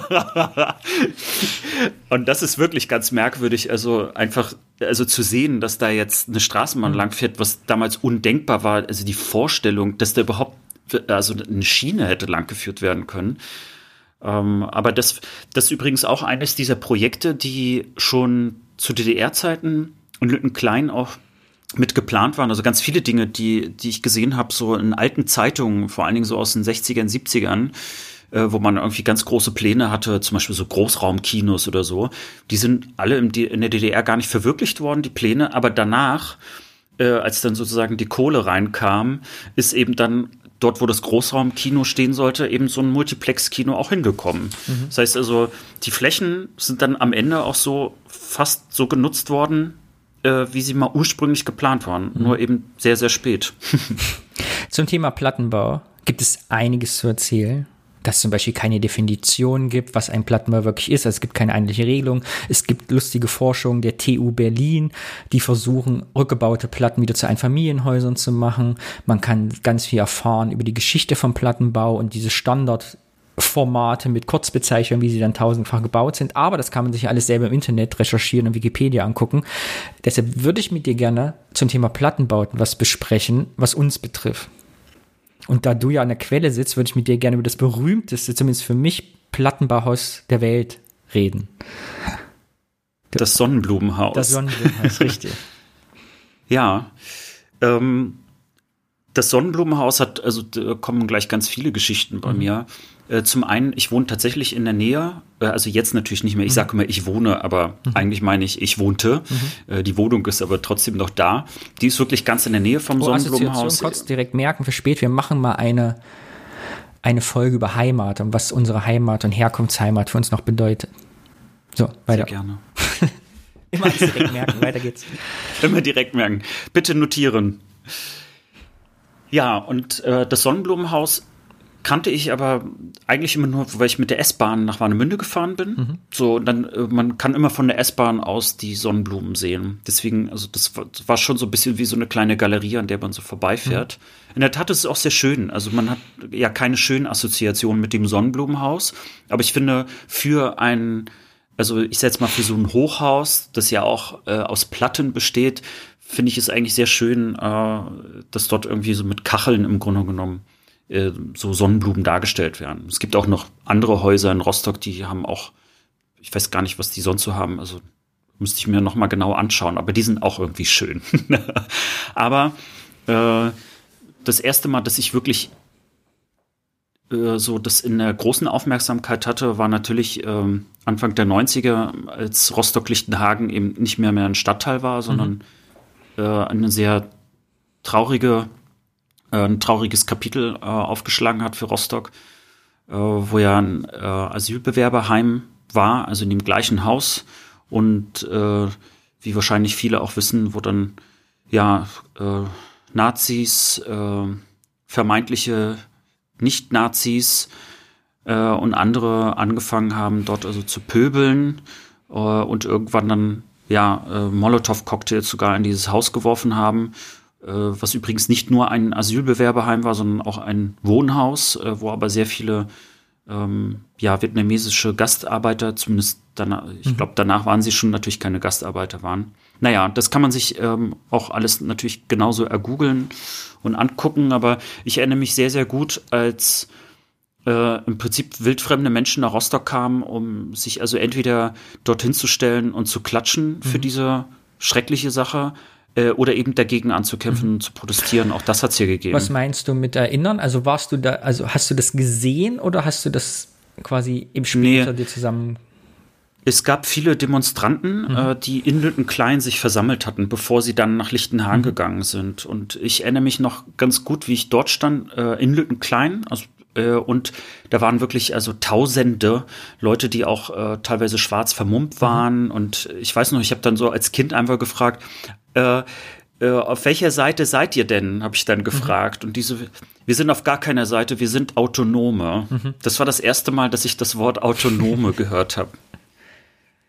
Und das ist wirklich ganz merkwürdig, also zu sehen, dass da jetzt eine Straßenbahn langfährt, was damals undenkbar war, also die Vorstellung, dass da überhaupt eine Schiene hätte langgeführt werden können. Aber das ist übrigens auch eines dieser Projekte, die schon zu DDR-Zeiten und Lüttenklein auch mit geplant waren. Also ganz viele Dinge, die ich gesehen habe, so in alten Zeitungen, vor allen Dingen so aus den 60ern, 70ern, wo man irgendwie ganz große Pläne hatte, zum Beispiel so Großraumkinos oder so. Die sind alle in der DDR gar nicht verwirklicht worden, die Pläne. Aber danach, als dann sozusagen die Kohle reinkam, ist eben dann dort, wo das Großraumkino stehen sollte, eben so ein Multiplex-Kino auch hingekommen. Das heißt also, die Flächen sind dann am Ende auch so fast so genutzt worden, wie sie mal ursprünglich geplant waren, nur eben sehr, sehr spät. Zum Thema Plattenbau gibt es einiges zu erzählen, dass es zum Beispiel keine Definition gibt, was ein Plattenbau wirklich ist. Also es gibt keine einheitliche Regelung. Es gibt lustige Forschungen der TU Berlin, die versuchen, rückgebaute Platten wieder zu Einfamilienhäusern zu machen. Man kann ganz viel erfahren über die Geschichte vom Plattenbau und diese Standardformate mit Kurzbezeichnungen, wie sie dann tausendfach gebaut sind. Aber das kann man sich alles selber im Internet recherchieren und Wikipedia angucken. Deshalb würde ich mit dir gerne zum Thema Plattenbauten was besprechen, was uns betrifft. Und da du ja an der Quelle sitzt, würde ich mit dir gerne über das berühmteste, zumindest für mich, Plattenbauhaus der Welt reden. Das Sonnenblumenhaus. Das Sonnenblumenhaus, richtig. Ja, das Sonnenblumenhaus hat, also da kommen gleich ganz viele Geschichten bei mir. Zum einen, ich wohne tatsächlich in der Nähe, also jetzt natürlich nicht mehr, ich sage immer, ich wohne, aber eigentlich meine ich wohnte. Die Wohnung ist aber trotzdem noch da. Die ist wirklich ganz in der Nähe vom Sonnenblumenhaus. Kurz direkt merken für spät, wir machen mal eine Folge über Heimat und was unsere Heimat und Herkunftsheimat für uns noch bedeutet. So, weiter. Sehr gerne. Immer alles direkt merken, weiter geht's. Immer direkt merken. Bitte notieren. Ja, und das Sonnenblumenhaus kannte ich aber eigentlich immer nur, weil ich mit der S-Bahn nach Warnemünde gefahren bin. So, und dann, man kann immer von der S-Bahn aus die Sonnenblumen sehen. Deswegen, also das war schon so ein bisschen wie so eine kleine Galerie, an der man so vorbeifährt. In der Tat ist es auch sehr schön. Also man hat ja keine schönen Assoziationen mit dem Sonnenblumenhaus. Aber ich finde, also ich setze mal für so ein Hochhaus, das ja auch aus Platten besteht, finde ich es eigentlich sehr schön, dass dort irgendwie so mit Kacheln im Grunde genommen so Sonnenblumen dargestellt werden. Es gibt auch noch andere Häuser in Rostock, die haben auch, ich weiß gar nicht, was die sonst so haben, also müsste ich mir noch mal genau anschauen, aber die sind auch irgendwie schön. Aber das erste Mal, dass ich wirklich so das in der großen Aufmerksamkeit hatte, war natürlich Anfang der 90er, als Rostock-Lichtenhagen eben nicht mehr ein Stadtteil war, sondern eine sehr ein trauriges Kapitel aufgeschlagen hat für Rostock, wo ja ein Asylbewerberheim war, also in dem gleichen Haus und wie wahrscheinlich viele auch wissen, wo dann Nazis, vermeintliche Nicht-Nazis und andere angefangen haben, dort also zu pöbeln und irgendwann dann Molotow-Cocktails sogar in dieses Haus geworfen haben, was übrigens nicht nur ein Asylbewerberheim war, sondern auch ein Wohnhaus, wo aber sehr viele vietnamesische Gastarbeiter, zumindest danach, ich glaube, danach waren sie schon natürlich keine Gastarbeiter waren. Naja, das kann man sich auch alles natürlich genauso ergoogeln und angucken, aber ich erinnere mich sehr, sehr gut, als im Prinzip wildfremde Menschen nach Rostock kamen, um sich also entweder dorthin zu stellen und zu klatschen für diese schreckliche Sache oder eben dagegen anzukämpfen und zu protestieren. Auch das hat es hier gegeben. Was meinst du mit erinnern? Also warst du da, also hast du das gesehen oder hast du das quasi im Spiel dir zusammen? Es gab viele Demonstranten, die in Lüttenklein sich versammelt hatten, bevor sie dann nach Lichtenhagen gegangen sind. Und ich erinnere mich noch ganz gut, wie ich dort stand, in Lüttenklein, und da waren wirklich also Tausende Leute, die auch teilweise schwarz vermummt waren. Und ich weiß noch, ich habe dann so als Kind einfach gefragt, auf welcher Seite seid ihr denn, habe ich dann gefragt. Und wir sind auf gar keiner Seite, wir sind Autonome. Das war das erste Mal, dass ich das Wort Autonome gehört habe.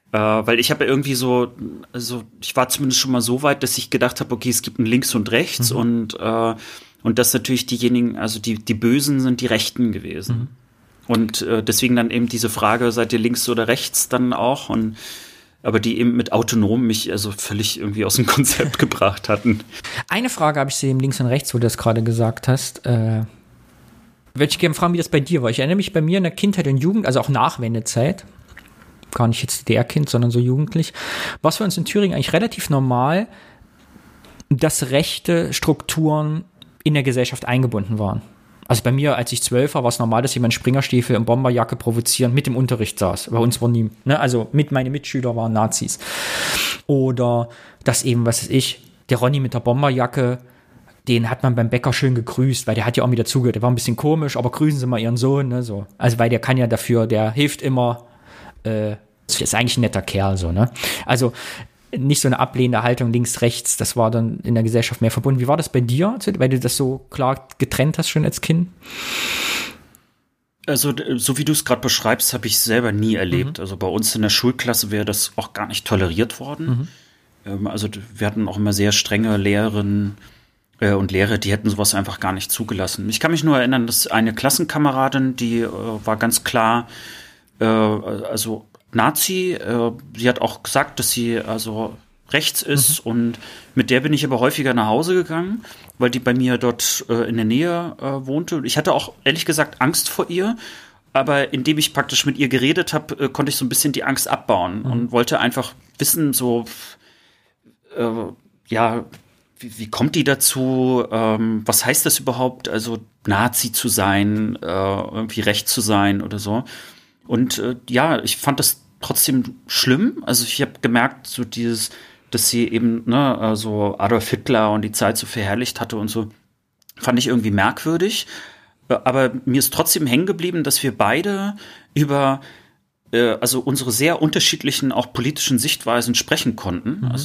Weil ich habe irgendwie so, also ich war zumindest schon mal so weit, dass ich gedacht habe, okay, es gibt ein Links und Rechts und dass natürlich diejenigen, also die Bösen sind die Rechten gewesen. Und deswegen dann eben diese Frage, seid ihr links oder rechts dann auch? Aber die eben mit autonom mich also völlig irgendwie aus dem Konzept gebracht hatten. Eine Frage habe ich sie eben links und rechts, wo du das gerade gesagt hast. Würde ich gerne fragen, wie das bei dir war. Ich erinnere mich bei mir in der Kindheit und Jugend, also auch Nachwendezeit, gar nicht jetzt DDR-Kind, sondern so jugendlich, war es für uns in Thüringen eigentlich relativ normal, dass rechte Strukturen in der Gesellschaft eingebunden waren. Also bei mir, als ich 12 war, war es normal, dass jemand Springerstiefel und Bomberjacke provozierend mit im Unterricht saß. Bei uns war nie, ne? Also meine Mitschüler waren Nazis. Oder dass eben, was weiß ich, der Ronny mit der Bomberjacke, den hat man beim Bäcker schön gegrüßt, weil der hat ja auch wieder zugehört. Der war ein bisschen komisch, aber grüßen Sie mal Ihren Sohn. Ne? So. Also weil der kann ja dafür, der hilft immer. Ist eigentlich ein netter Kerl, so, ne? Also nicht so eine ablehnende Haltung links, rechts, das war dann in der Gesellschaft mehr verbunden. Wie war das bei dir, weil du das so klar getrennt hast schon als Kind? Also so wie du es gerade beschreibst, habe ich selber nie erlebt. Also bei uns in der Schulklasse wäre das auch gar nicht toleriert worden. Also wir hatten auch immer sehr strenge Lehrerinnen und Lehrer, die hätten sowas einfach gar nicht zugelassen. Ich kann mich nur erinnern, dass eine Klassenkameradin, die war ganz klar also Nazi, sie hat auch gesagt, dass sie also rechts ist und mit der bin ich aber häufiger nach Hause gegangen, weil die bei mir dort in der Nähe wohnte. Ich hatte auch ehrlich gesagt Angst vor ihr, aber indem ich praktisch mit ihr geredet habe, konnte ich so ein bisschen die Angst abbauen und wollte einfach wissen, so ja, wie kommt die dazu? Was heißt das überhaupt? Also Nazi zu sein, irgendwie rechts zu sein oder so. Und ja, ich fand das trotzdem schlimm. Also ich habe gemerkt, so dieses, dass sie eben so Adolf Hitler und die Zeit so verherrlicht hatte und so, fand ich irgendwie merkwürdig. Aber mir ist trotzdem hängen geblieben, dass wir beide über also unsere sehr unterschiedlichen auch politischen Sichtweisen sprechen konnten. Also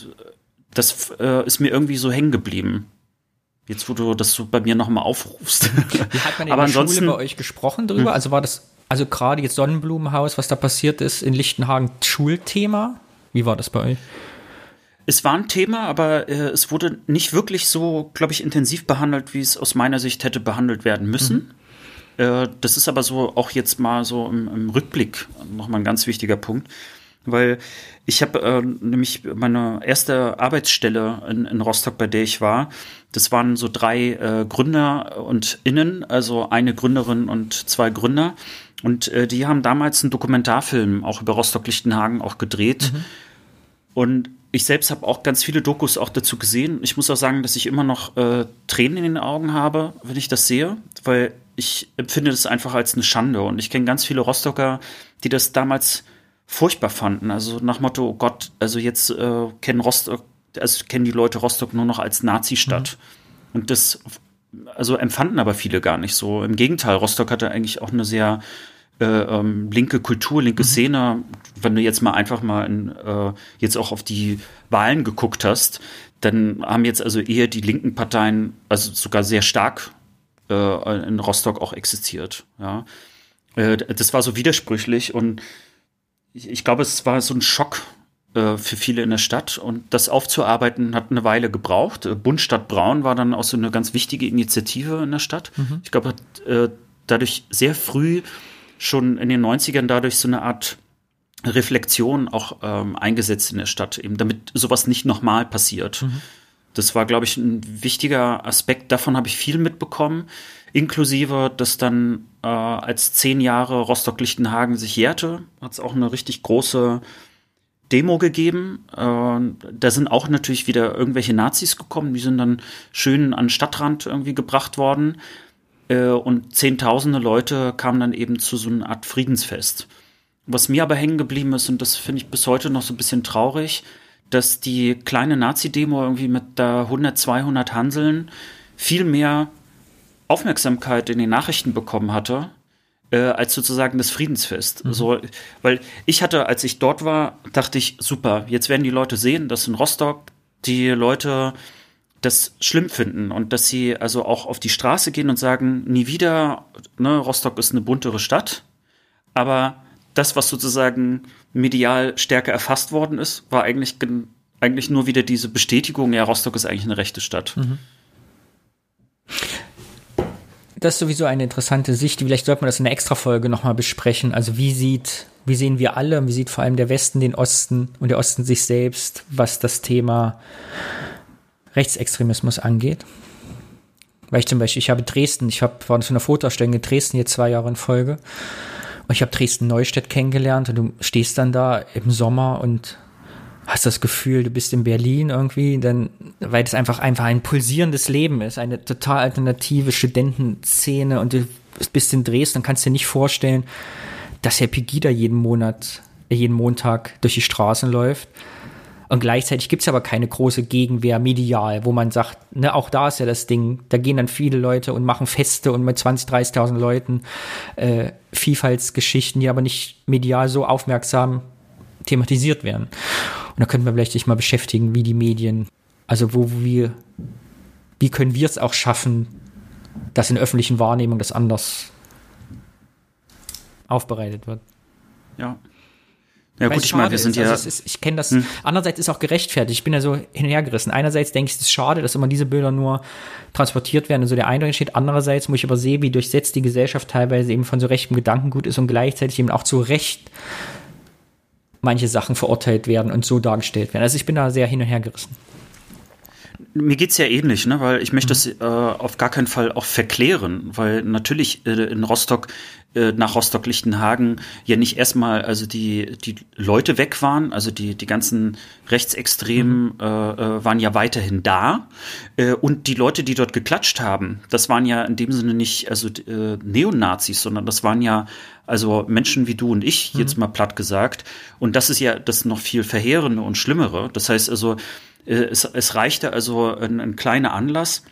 das ist mir irgendwie so hängen geblieben. Jetzt, wo du das so bei mir nochmal aufrufst. Wie hat man in der Schule bei euch gesprochen drüber? Also war das, also gerade jetzt Sonnenblumenhaus, was da passiert ist in Lichtenhagen, Schulthema? Wie war das bei euch? Es war ein Thema, aber es wurde nicht wirklich so, glaube ich, intensiv behandelt, wie es aus meiner Sicht hätte behandelt werden müssen. Das ist aber so auch jetzt mal so im Rückblick nochmal ein ganz wichtiger Punkt. Weil ich habe nämlich meine erste Arbeitsstelle in Rostock, bei der ich war, das waren so 3 Gründer und Innen, also eine Gründerin und 2 Gründer. Und die haben damals einen Dokumentarfilm auch über Rostock-Lichtenhagen auch gedreht. Und ich selbst habe auch ganz viele Dokus auch dazu gesehen. Ich muss auch sagen, dass ich immer noch Tränen in den Augen habe, wenn ich das sehe, weil ich empfinde das einfach als eine Schande. Und ich kenne ganz viele Rostocker, die das damals furchtbar fanden. Also nach Motto, oh Gott, also jetzt kennen die Leute Rostock nur noch als Nazi-Stadt. Und das also empfanden aber viele gar nicht so. Im Gegenteil, Rostock hatte eigentlich auch eine sehr linke Kultur, linke Szene. Wenn du jetzt mal einfach mal jetzt auch auf die Wahlen geguckt hast, dann haben jetzt also eher die linken Parteien, also sogar sehr stark in Rostock auch existiert. Ja. Das war so widersprüchlich und ich glaube, es war so ein Schock für viele in der Stadt und das aufzuarbeiten hat eine Weile gebraucht. Bund Stadt Braun war dann auch so eine ganz wichtige Initiative in der Stadt. Ich glaube, hat dadurch sehr früh schon in den 90ern dadurch so eine Art Reflexion auch eingesetzt in der Stadt, eben damit sowas nicht nochmal passiert. Das war, glaube ich, ein wichtiger Aspekt. Davon habe ich viel mitbekommen, inklusive, dass dann als 10 Jahre Rostock-Lichtenhagen sich jährte, hat es auch eine richtig große Demo gegeben. Da sind auch natürlich wieder irgendwelche Nazis gekommen, die sind dann schön an den Stadtrand irgendwie gebracht worden. Und Zehntausende Leute kamen dann eben zu so einer Art Friedensfest. Was mir aber hängen geblieben ist, und das finde ich bis heute noch so ein bisschen traurig, dass die kleine Nazi-Demo irgendwie mit da 100, 200 Hanseln viel mehr Aufmerksamkeit in den Nachrichten bekommen hatte, als sozusagen das Friedensfest. So, weil ich hatte, als ich dort war, dachte ich, super, jetzt werden die Leute sehen, dass in Rostock die Leute das schlimm finden und dass sie also auch auf die Straße gehen und sagen, nie wieder, ne, Rostock ist eine buntere Stadt, aber das, was sozusagen medial stärker erfasst worden ist, war eigentlich nur wieder diese Bestätigung, ja, Rostock ist eigentlich eine rechte Stadt. Das ist sowieso eine interessante Sicht. Vielleicht sollte man das in einer Extra-Folge nochmal besprechen. Also wie sehen wir alle, wie sieht vor allem der Westen den Osten und der Osten sich selbst, was das Thema Rechtsextremismus angeht. Weil ich zum Beispiel, war zu einer Fotoausstellung in Dresden jetzt 2 Jahre in Folge und ich habe Dresden-Neustadt kennengelernt und du stehst dann da im Sommer und hast das Gefühl, du bist in Berlin irgendwie, weil es einfach ein pulsierendes Leben ist, eine total alternative Studentenszene und du bist in Dresden und kannst dir nicht vorstellen, dass Herr Pegida jeden Montag durch die Straßen läuft. Und gleichzeitig gibt es aber keine große Gegenwehr medial, wo man sagt, ne, auch da ist ja das Ding, da gehen dann viele Leute und machen Feste und mit 20.000, 30.000 Leuten Vielfaltsgeschichten, die aber nicht medial so aufmerksam thematisiert werden. Und da könnten wir vielleicht sich mal beschäftigen, wie die Medien, also wie können wir es auch schaffen, dass in der öffentlichen Wahrnehmung das anders aufbereitet wird. Ja. Ja gut, ich meine, wir sind ja... Ich kenne das. Andererseits ist auch gerechtfertigt. Ich bin ja so hin und her gerissen. Einerseits denke ich, es ist schade, dass immer diese Bilder nur transportiert werden und so der Eindruck entsteht. Andererseits muss ich aber sehen, wie durchsetzt die Gesellschaft teilweise eben von so rechtem Gedankengut ist und gleichzeitig eben auch zu Recht manche Sachen verurteilt werden und so dargestellt werden. Also ich bin da sehr hin und her gerissen. Mir geht's ja ähnlich, ne, weil ich möchte das auf gar keinen Fall auch verklären, weil natürlich in Rostock, nach Rostock-Lichtenhagen ja nicht erstmal, also die Leute weg waren, also die ganzen Rechtsextremen waren ja weiterhin da und die Leute, die dort geklatscht haben, das waren ja in dem Sinne nicht also Neonazis, sondern das waren ja also Menschen wie du und ich, jetzt mal platt gesagt, und das ist ja das noch viel verheerende und schlimmere. Das heißt also, es reichte also ein kleiner Anlass,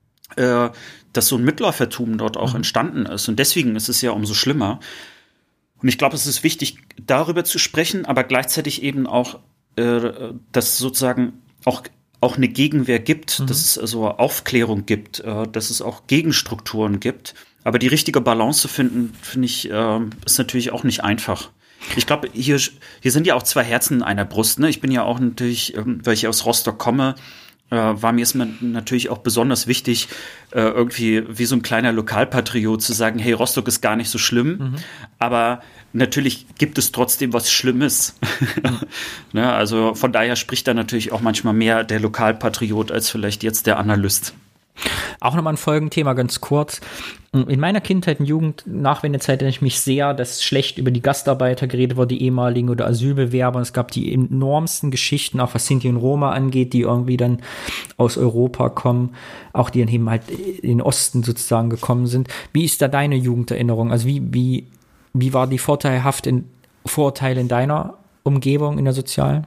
dass so ein Mitläufertum dort auch entstanden ist. Und deswegen ist es ja umso schlimmer. Und ich glaube, es ist wichtig, darüber zu sprechen, aber gleichzeitig eben auch, dass es sozusagen auch eine Gegenwehr gibt, dass es also Aufklärung gibt, dass es auch Gegenstrukturen gibt. Aber die richtige Balance zu finden, finde ich, ist natürlich auch nicht einfach. Ich glaube, hier sind ja auch 2 Herzen in einer Brust. Ne? Ich bin ja auch natürlich, weil ich aus Rostock komme, war mir es natürlich auch besonders wichtig, irgendwie wie so ein kleiner Lokalpatriot zu sagen, hey, Rostock ist gar nicht so schlimm, aber natürlich gibt es trotzdem was Schlimmes. Ne? Also von daher spricht da natürlich auch manchmal mehr der Lokalpatriot als vielleicht jetzt der Analyst. Auch nochmal ein Folgenthema, ganz kurz. In meiner Kindheit und Jugend, Nachwendezeit, erinnere ich mich sehr, dass schlecht über die Gastarbeiter geredet wurde, die ehemaligen oder Asylbewerber. Und es gab die enormsten Geschichten, auch was Sinti und Roma angeht, die irgendwie dann aus Europa kommen, auch die dann eben halt in den Osten sozusagen gekommen sind. Wie ist da deine Jugenderinnerung? Also wie war die Vorurteile in deiner Umgebung, in der sozialen?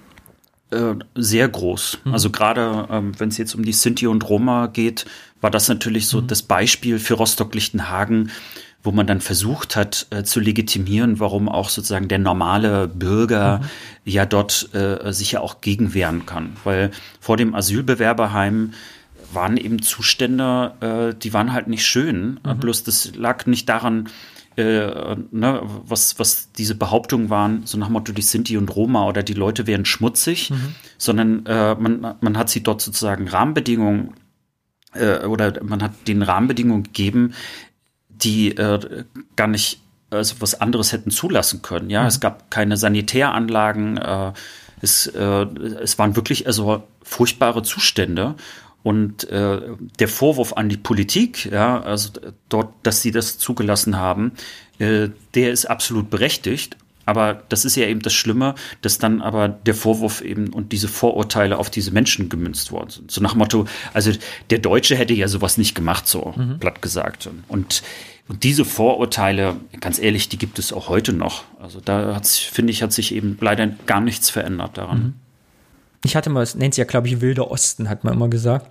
Sehr groß. Also gerade wenn es jetzt um die Sinti und Roma geht, war das natürlich so das Beispiel für Rostock-Lichtenhagen, wo man dann versucht hat zu legitimieren, warum auch sozusagen der normale Bürger ja dort sich ja auch gegenwehren kann. Weil vor dem Asylbewerberheim waren eben Zustände, die waren halt nicht schön. Bloß das lag nicht daran, was diese Behauptungen waren, so nach dem Motto, die Sinti und Roma oder die Leute wären schmutzig, sondern man hat sie dort sozusagen Rahmenbedingungen oder man hat den Rahmenbedingungen gegeben, die gar nicht was anderes hätten zulassen können. Ja, es gab keine Sanitäranlagen, es waren wirklich also furchtbare Zustände. Und der Vorwurf an die Politik, ja, also dort, dass sie das zugelassen haben, der ist absolut berechtigt. Aber das ist ja eben das Schlimme, dass dann aber der Vorwurf eben und diese Vorurteile auf diese Menschen gemünzt worden sind. So nach dem Motto, also der Deutsche hätte ja sowas nicht gemacht, so platt gesagt. Und diese Vorurteile, ganz ehrlich, die gibt es auch heute noch. Also da finde ich, hat sich eben leider gar nichts verändert daran. Ich hatte mal, es nennt sich ja, glaube ich, Wilder Osten, hat man immer gesagt.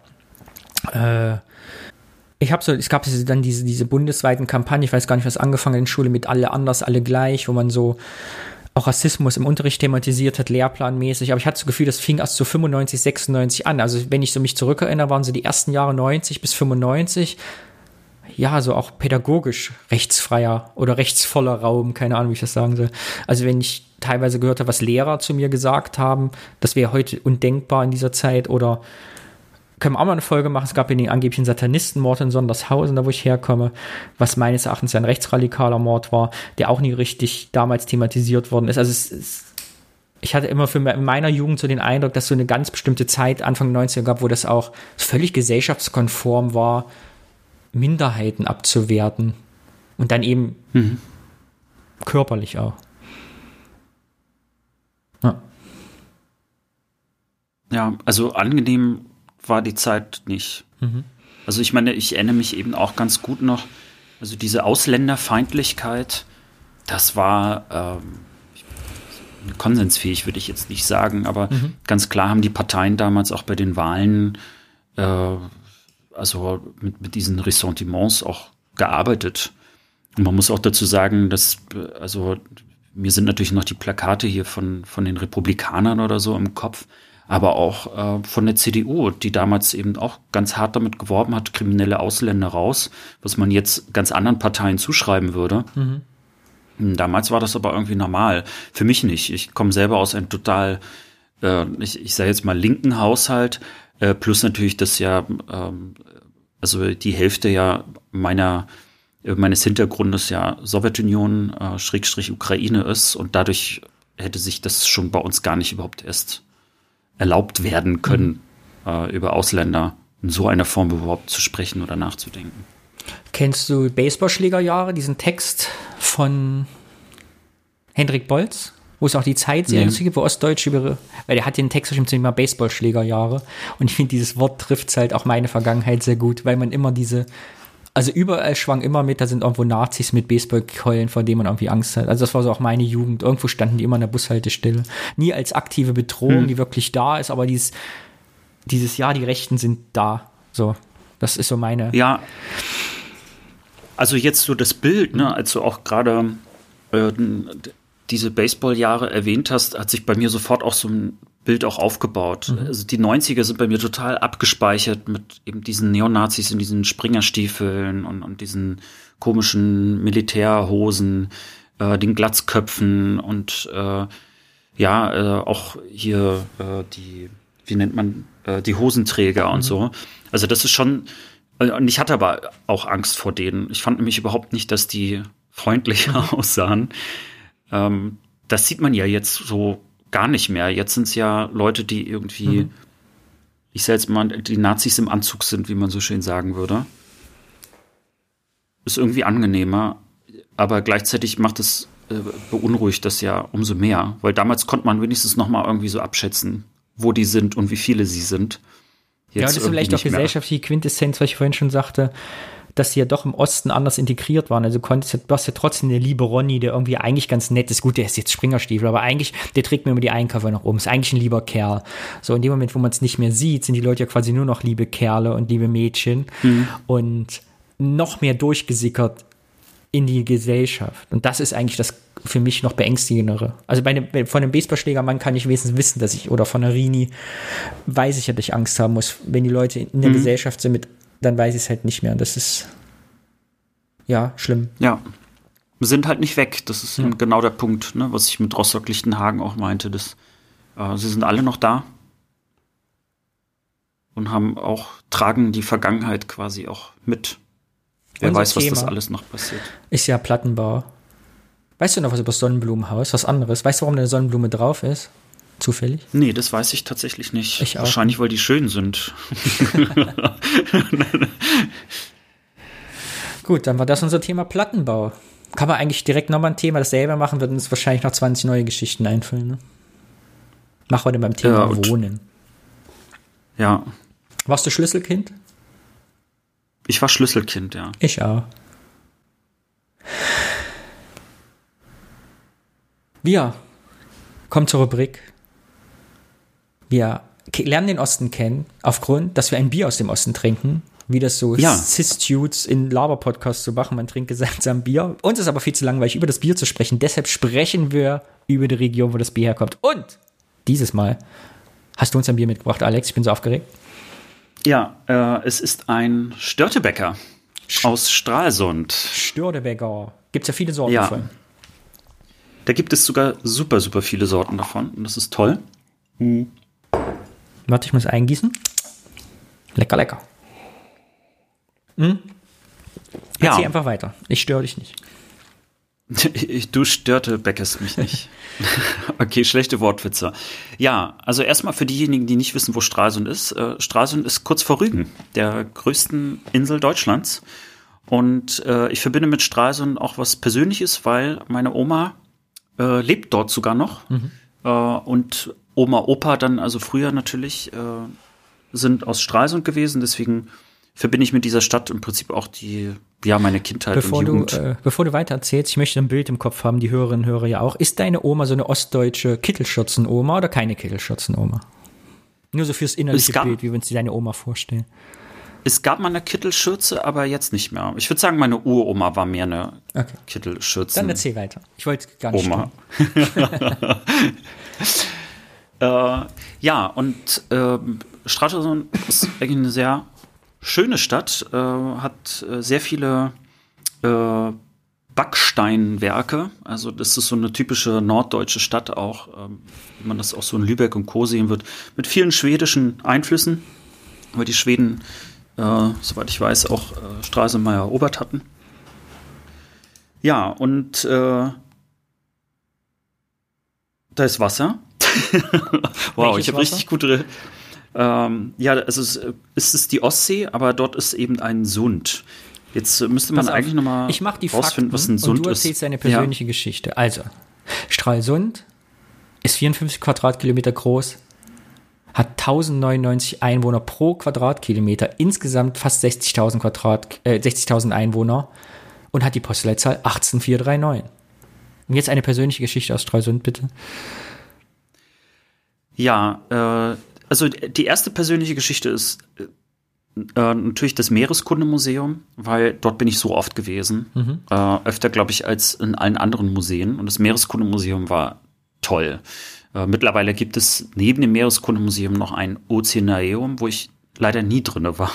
Es gab dann diese bundesweiten Kampagnen, ich weiß gar nicht, was angefangen hat in der Schule mit alle anders, alle gleich, wo man so auch Rassismus im Unterricht thematisiert hat, lehrplanmäßig. Aber ich hatte das Gefühl, das fing erst so 95, 96 an. Also wenn ich so mich zurückerinnere, waren so die ersten Jahre 90 bis 95. ja, so auch pädagogisch rechtsfreier oder rechtsvoller Raum, keine Ahnung, wie ich das sagen soll. Also wenn ich teilweise gehört habe, was Lehrer zu mir gesagt haben, das wäre heute undenkbar in dieser Zeit, oder können wir auch mal eine Folge machen, es gab ja den angeblichen Satanistenmord in Sondershausen, da wo ich herkomme, was meines Erachtens ja ein rechtsradikaler Mord war, der auch nie richtig damals thematisiert worden ist. Also ich hatte immer in meiner Jugend so den Eindruck, dass so eine ganz bestimmte Zeit, Anfang 90er gab, wo das auch völlig gesellschaftskonform war, Minderheiten abzuwerten. Und dann eben körperlich auch. Ja, also angenehm war die Zeit nicht. Also ich meine, ich erinnere mich eben auch ganz gut noch, also diese Ausländerfeindlichkeit, das war konsensfähig, würde ich jetzt nicht sagen, aber ganz klar haben die Parteien damals auch bei den Wahlen also mit diesen Ressentiments auch gearbeitet. Und man muss auch dazu sagen, dass, also mir sind natürlich noch die Plakate hier von den Republikanern oder so im Kopf, aber auch von der CDU, die damals eben auch ganz hart damit geworben hat, kriminelle Ausländer raus, was man jetzt ganz anderen Parteien zuschreiben würde. Damals war das aber irgendwie normal. Für mich nicht. Ich komme selber aus einem total, ich sage jetzt mal, linken Haushalt, plus natürlich, dass ja, also die Hälfte ja meines Hintergrundes ja Sowjetunion, Schrägstrich Ukraine ist, und dadurch hätte sich das schon bei uns gar nicht überhaupt erst erlaubt werden können, über Ausländer in so einer Form überhaupt zu sprechen oder nachzudenken. Kennst du Baseballschlägerjahre, diesen Text von Hendrik Bolz, wo es auch die Zeitserie gibt, wo Ostdeutsche weil der hat den Text geschrieben zum Thema Baseballschlägerjahre, und ich finde, dieses Wort trifft halt auch meine Vergangenheit sehr gut, weil man immer also überall schwang immer mit, da sind irgendwo Nazis mit Baseballkeulen, vor denen man irgendwie Angst hat. Also das war so auch meine Jugend. Irgendwo standen die immer an der Bushaltestelle. Nie als aktive Bedrohung, die wirklich da ist, aber dieses Jahr, die Rechten sind da. So, das ist so meine. Ja, also jetzt so das Bild, ne, als du auch gerade diese Baseballjahre erwähnt hast, hat sich bei mir sofort auch so ein Bild auch aufgebaut. Also die 90er sind bei mir total abgespeichert mit eben diesen Neonazis in diesen Springerstiefeln und diesen komischen Militärhosen, den Glatzköpfen und auch hier wie nennt man, die Hosenträger und so. Also das ist schon, und ich hatte aber auch Angst vor denen. Ich fand nämlich überhaupt nicht, dass die freundlicher aussahen. Das sieht man ja jetzt so gar nicht mehr. Jetzt sind es ja Leute, die irgendwie, ich sag jetzt mal, die Nazis im Anzug sind, wie man so schön sagen würde. Ist irgendwie angenehmer, aber gleichzeitig beunruhigt das ja umso mehr, weil damals konnte man wenigstens noch mal irgendwie so abschätzen, wo die sind und wie viele sie sind. Jetzt das ist vielleicht auch gesellschaftliche Quintessenz, was ich vorhin schon sagte, dass sie ja doch im Osten anders integriert waren. Also du hast ja trotzdem den liebe Ronny, der irgendwie eigentlich ganz nett ist. Gut, der ist jetzt Springerstiefel, aber eigentlich, der trägt mir immer die Einkäufe nach oben. Ist eigentlich ein lieber Kerl. So in dem Moment, wo man es nicht mehr sieht, sind die Leute ja quasi nur noch liebe Kerle und liebe Mädchen und noch mehr durchgesickert in die Gesellschaft. Und das ist eigentlich das für mich noch beängstigendere. Also von einem Baseballschlägermann kann ich wenigstens wissen, oder von einer Rini weiß ich ja, dass ich Angst haben muss. Wenn die Leute in der Gesellschaft sind, dann weiß ich es halt nicht mehr. Und das ist, ja, schlimm. Ja, wir sind halt nicht weg. Das ist genau der Punkt, ne, was ich mit Rostock-Lichtenhagen auch meinte. Sie sind alle noch da und tragen die Vergangenheit quasi auch mit. Wer weiß, was das alles noch passiert. Ist ja Plattenbau. Weißt du noch was über das Sonnenblumenhaus? Was anderes? Weißt du, warum da eine Sonnenblume drauf ist? Zufällig? Nee, das weiß ich tatsächlich nicht. Ich auch. Wahrscheinlich, weil die schön sind. Gut, dann war das unser Thema Plattenbau. Kann man eigentlich direkt nochmal ein Thema dasselbe machen, würden uns wahrscheinlich noch 20 neue Geschichten einfallen. Ne? Mach heute beim Thema Wohnen. Ja. Warst du Schlüsselkind? Ich war Schlüsselkind, ja. Ich auch. Wir kommen zur Rubrik. Wir lernen den Osten kennen, aufgrund, dass wir ein Bier aus dem Osten trinken, wie das so Cis-Dudes in Laber-Podcasts so machen. Man trinkt gemeinsam Bier. Uns ist aber viel zu langweilig, über das Bier zu sprechen. Deshalb sprechen wir über die Region, wo das Bier herkommt. Und dieses Mal hast du uns ein Bier mitgebracht, Alex. Ich bin so aufgeregt. Ja, es ist ein Störtebeker. aus Stralsund. Störtebeker. Gibt es ja viele Sorten Ja. von. Da gibt es sogar super, super viele Sorten davon. Und das ist toll. Warte, ich muss eingießen. Lecker, lecker. Erzähl einfach weiter. Ich störe dich nicht. Du Störtebäckest mich nicht. Okay, schlechte Wortwitze. Ja, also erstmal für diejenigen, die nicht wissen, wo Stralsund ist. Stralsund ist kurz vor Rügen, der größten Insel Deutschlands. Und ich verbinde mit Stralsund auch was Persönliches, weil meine Oma lebt dort sogar noch. Und Oma, Opa dann, also früher natürlich, sind aus Stralsund gewesen. Deswegen verbinde ich mit dieser Stadt im Prinzip auch meine Kindheit und Jugend. Bevor du weiter erzählst, ich möchte ein Bild im Kopf haben, die Hörerinnen und Hörer ja auch. Ist deine Oma so eine ostdeutsche Kittelschürzen-Oma oder keine Kittelschürzen-Oma? Nur so fürs innerliche Bild, wie wir uns deine Oma vorstellen. Es gab mal eine Kittelschürze, aber jetzt nicht mehr. Ich würde sagen, meine Uroma war mehr eine Kittelschürze. Dann erzähl weiter. Ich wollte gar nicht Oma. Ja, und Stralsund ist eigentlich eine sehr schöne Stadt, hat sehr viele Backsteinwerke. Also das ist so eine typische norddeutsche Stadt auch, wie man das auch so in Lübeck und Co. sehen wird, mit vielen schwedischen Einflüssen, weil die Schweden, soweit ich weiß, auch Stralsund mal erobert hatten. Ja, und da ist Wasser. Wow, ich habe richtig gute. Ja, also es ist die Ostsee, aber dort ist eben ein Sund. Jetzt müsste man eigentlich nochmal rausfinden, was ein Sund ist. Und du erzählst deine persönliche Geschichte. Also, Stralsund ist 54 Quadratkilometer groß, hat 1099 Einwohner pro Quadratkilometer, insgesamt fast 60.000 Einwohner und hat die Postleitzahl 18439. Und jetzt eine persönliche Geschichte aus Stralsund, bitte. Ja, also die erste persönliche Geschichte ist natürlich das Meereskundemuseum, weil dort bin ich so oft gewesen. Öfter, glaube ich, als in allen anderen Museen. Und das Meereskundemuseum war toll. Mittlerweile gibt es neben dem Meereskundemuseum noch ein Ozeaneum, wo ich leider nie drin war.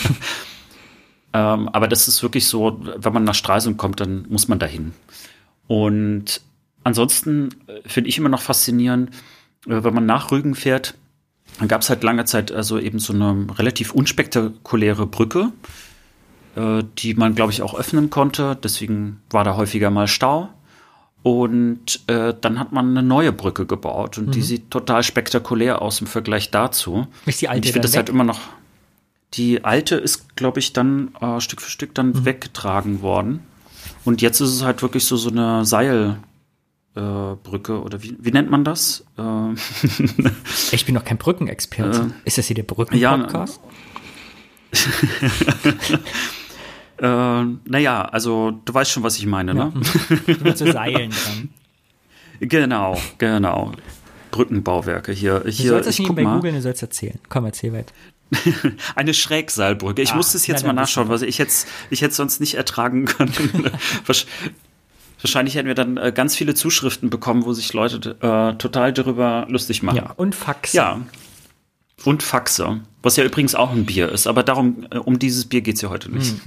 Aber das ist wirklich so, wenn man nach Stralsund kommt, dann muss man dahin. Und ansonsten finde ich immer noch faszinierend, wenn man nach Rügen fährt, dann gab es halt lange Zeit also eben so eine relativ unspektakuläre Brücke, die man, glaube ich, auch öffnen konnte. Deswegen war da häufiger mal Stau. Und dann hat man eine neue Brücke gebaut und die sieht total spektakulär aus im Vergleich dazu. Ist die alte und ich finde das halt immer noch. Die alte ist, glaube ich, dann Stück für Stück dann weggetragen worden. Und jetzt ist es halt wirklich so eine Seilbrücke oder wie nennt man das? Ich bin doch kein Brückenexperte. Ist das hier der Brücken-Podcast? Naja, also du weißt schon, was ich meine, ne? Mit so Seilen dran. Genau. Brückenbauwerke hier. Du sollst das nicht bei googeln, du sollst erzählen. Komm, erzähl weiter. Eine Schrägseilbrücke. Ich musste es jetzt mal nachschauen, weil ich hätte sonst nicht ertragen können. Wahrscheinlich hätten wir dann ganz viele Zuschriften bekommen, wo sich Leute total darüber lustig machen. Ja, und Faxe. Ja, und Faxe, was ja übrigens auch ein Bier ist. Aber um dieses Bier geht es ja heute nicht.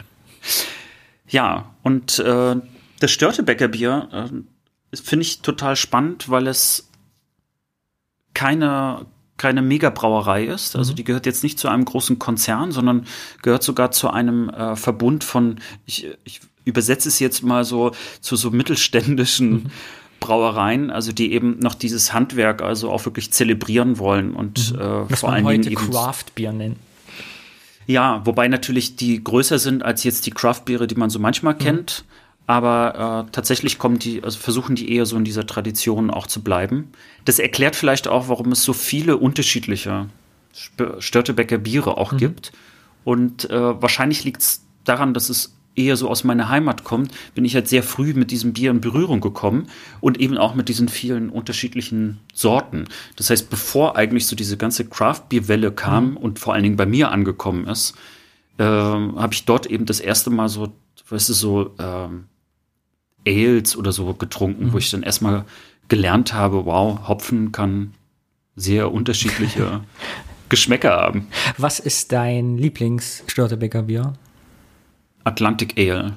Ja, und das Störtebeker Bier finde ich total spannend, weil es keine Megabrauerei ist. Also die gehört jetzt nicht zu einem großen Konzern, sondern gehört sogar zu einem Verbund von, ich übersetze es jetzt mal so, zu so mittelständischen Brauereien, also die eben noch dieses Handwerk also auch wirklich zelebrieren wollen und vor allen Dingen eben Craft-Bier nennen. Ja, wobei natürlich die größer sind als jetzt die Craft-Biere, die man so manchmal kennt. Aber tatsächlich versuchen die eher so in dieser Tradition auch zu bleiben. Das erklärt vielleicht auch, warum es so viele unterschiedliche Störtebeker Biere auch gibt. Und wahrscheinlich liegt es daran, dass es eher so aus meiner Heimat kommt, bin ich halt sehr früh mit diesem Bier in Berührung gekommen und eben auch mit diesen vielen unterschiedlichen Sorten. Das heißt, bevor eigentlich so diese ganze Craft-Bier-Welle kam und vor allen Dingen bei mir angekommen ist, habe ich dort eben das erste Mal so, weißt du, so Ales oder so getrunken, wo ich dann erstmal gelernt habe, wow, Hopfen kann sehr unterschiedliche Geschmäcker haben. Was ist dein Lieblings-Störtebeker Bier? Atlantic Ale.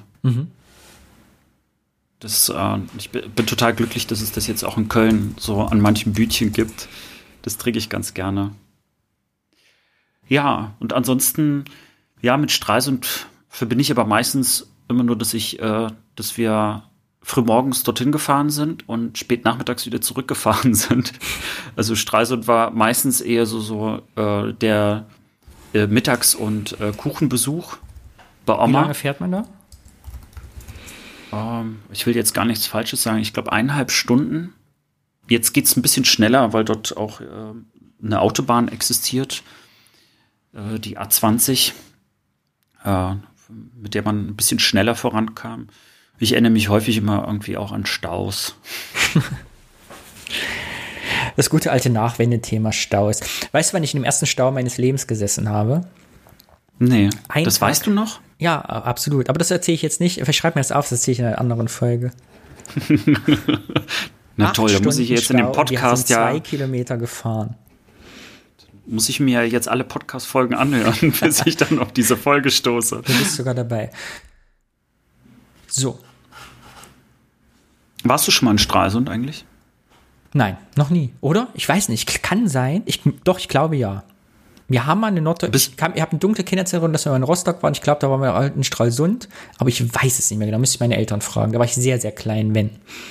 Ich bin total glücklich, dass es das jetzt auch in Köln so an manchen Bütchen gibt. Das trinke ich ganz gerne. Ja, und ansonsten, ja, mit Stralsund verbinde ich aber meistens immer nur, dass wir frühmorgens dorthin gefahren sind und spät nachmittags wieder zurückgefahren sind. Also Stralsund war meistens eher so der Mittags- und Kuchenbesuch bei Oma. Wie lange fährt man da? Ich will jetzt gar nichts Falsches sagen. Ich glaube 1,5 Stunden. Jetzt geht es ein bisschen schneller, weil dort auch eine Autobahn existiert. Die A20, mit der man ein bisschen schneller vorankam. Ich erinnere mich häufig immer irgendwie auch an Staus. Das gute alte Nachwendethema Staus. Weißt du, wann ich in dem ersten Stau meines Lebens gesessen habe? Nee, das weißt du noch? Ja, absolut. Aber das erzähle ich jetzt nicht. Ich schreibe mir das auf, das erzähle ich in einer anderen Folge. Na toll, da muss ich jetzt in dem Podcast wir sind 2 Kilometer gefahren. Muss ich mir jetzt alle Podcast-Folgen anhören, bis ich dann auf diese Folge stoße. Du bist sogar dabei. So. Warst du schon mal in Stralsund eigentlich? Nein, noch nie. Oder? Ich weiß nicht. Kann sein. Ich glaube ja. Wir haben mal eine ich habe eine dunkle Kindheitserinnerung, dass wir mal in Rostock waren. Ich glaube, da waren wir in Stralsund. Aber ich weiß es nicht mehr genau. Müsste ich meine Eltern fragen. Da war ich sehr, sehr klein, wenn.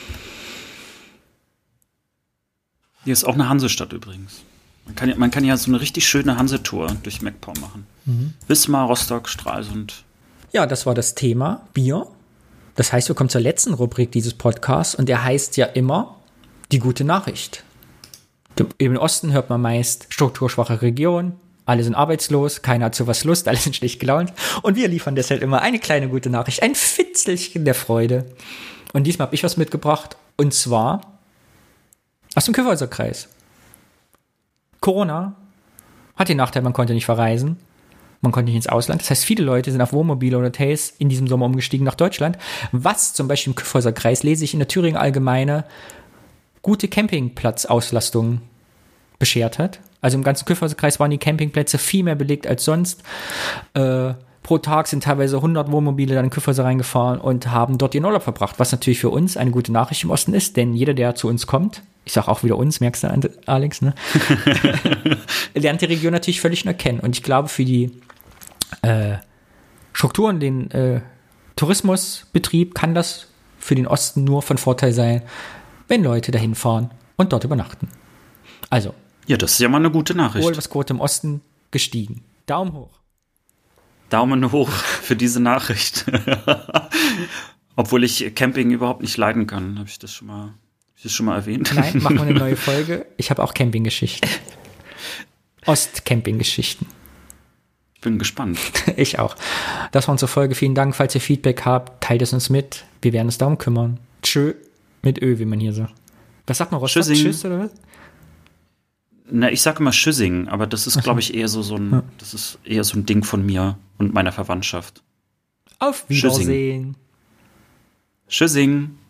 Hier ist auch eine Hansestadt übrigens. Man kann ja so eine richtig schöne Hansetour durch MacPom machen. Wismar, Rostock, Stralsund. Ja, das war das Thema Bier. Das heißt, wir kommen zur letzten Rubrik dieses Podcasts und der heißt ja immer die gute Nachricht. Im Osten hört man meist strukturschwache Region, alle sind arbeitslos, keiner hat sowas Lust, alle sind schlecht gelaunt und wir liefern deshalb immer eine kleine gute Nachricht, ein Fitzelchen der Freude. Und diesmal habe ich was mitgebracht und zwar aus dem Kyffhäuser Kreis. Corona hat den Nachteil, man konnte nicht verreisen. Man konnte nicht ins Ausland. Das heißt, viele Leute sind auf Wohnmobile und Hotels in diesem Sommer umgestiegen nach Deutschland. Was zum Beispiel im Kyffhäuser Kreis, lese ich in der Thüringer Allgemeine, gute Campingplatzauslastung beschert hat. Also im ganzen Kyffhäuser Kreis waren die Campingplätze viel mehr belegt als sonst. Pro Tag sind teilweise 100 Wohnmobile dann in Kyffhäuser reingefahren und haben dort ihren Urlaub verbracht. Was natürlich für uns eine gute Nachricht im Osten ist, denn jeder, der zu uns kommt, ich sage auch wieder uns, merkst du, Alex, ne? lernt die Region natürlich völlig neu kennen. Und ich glaube, für die Strukturen, den Tourismusbetrieb, kann das für den Osten nur von Vorteil sein, wenn Leute dahin fahren und dort übernachten. Also. Ja, das ist ja mal eine gute Nachricht. Urlaubsquote im Osten gestiegen. Daumen hoch. Daumen hoch für diese Nachricht. Obwohl ich Camping überhaupt nicht leiden kann. Habe ich das schon mal erwähnt? Nein, machen wir eine neue Folge. Ich habe auch Campinggeschichten. Ost-Camping-Geschichten. Ich bin gespannt. Ich auch. Das war unsere Folge. Vielen Dank. Falls ihr Feedback habt, teilt es uns mit. Wir werden uns darum kümmern. Tschö. Mit Ö, wie man hier sagt. Was sagt man? Tschüss oder was? Na, ich sage immer Schüssing, aber das ist, glaube ich, eher so ein Ding von mir und meiner Verwandtschaft. Auf Wiedersehen. Schüssing.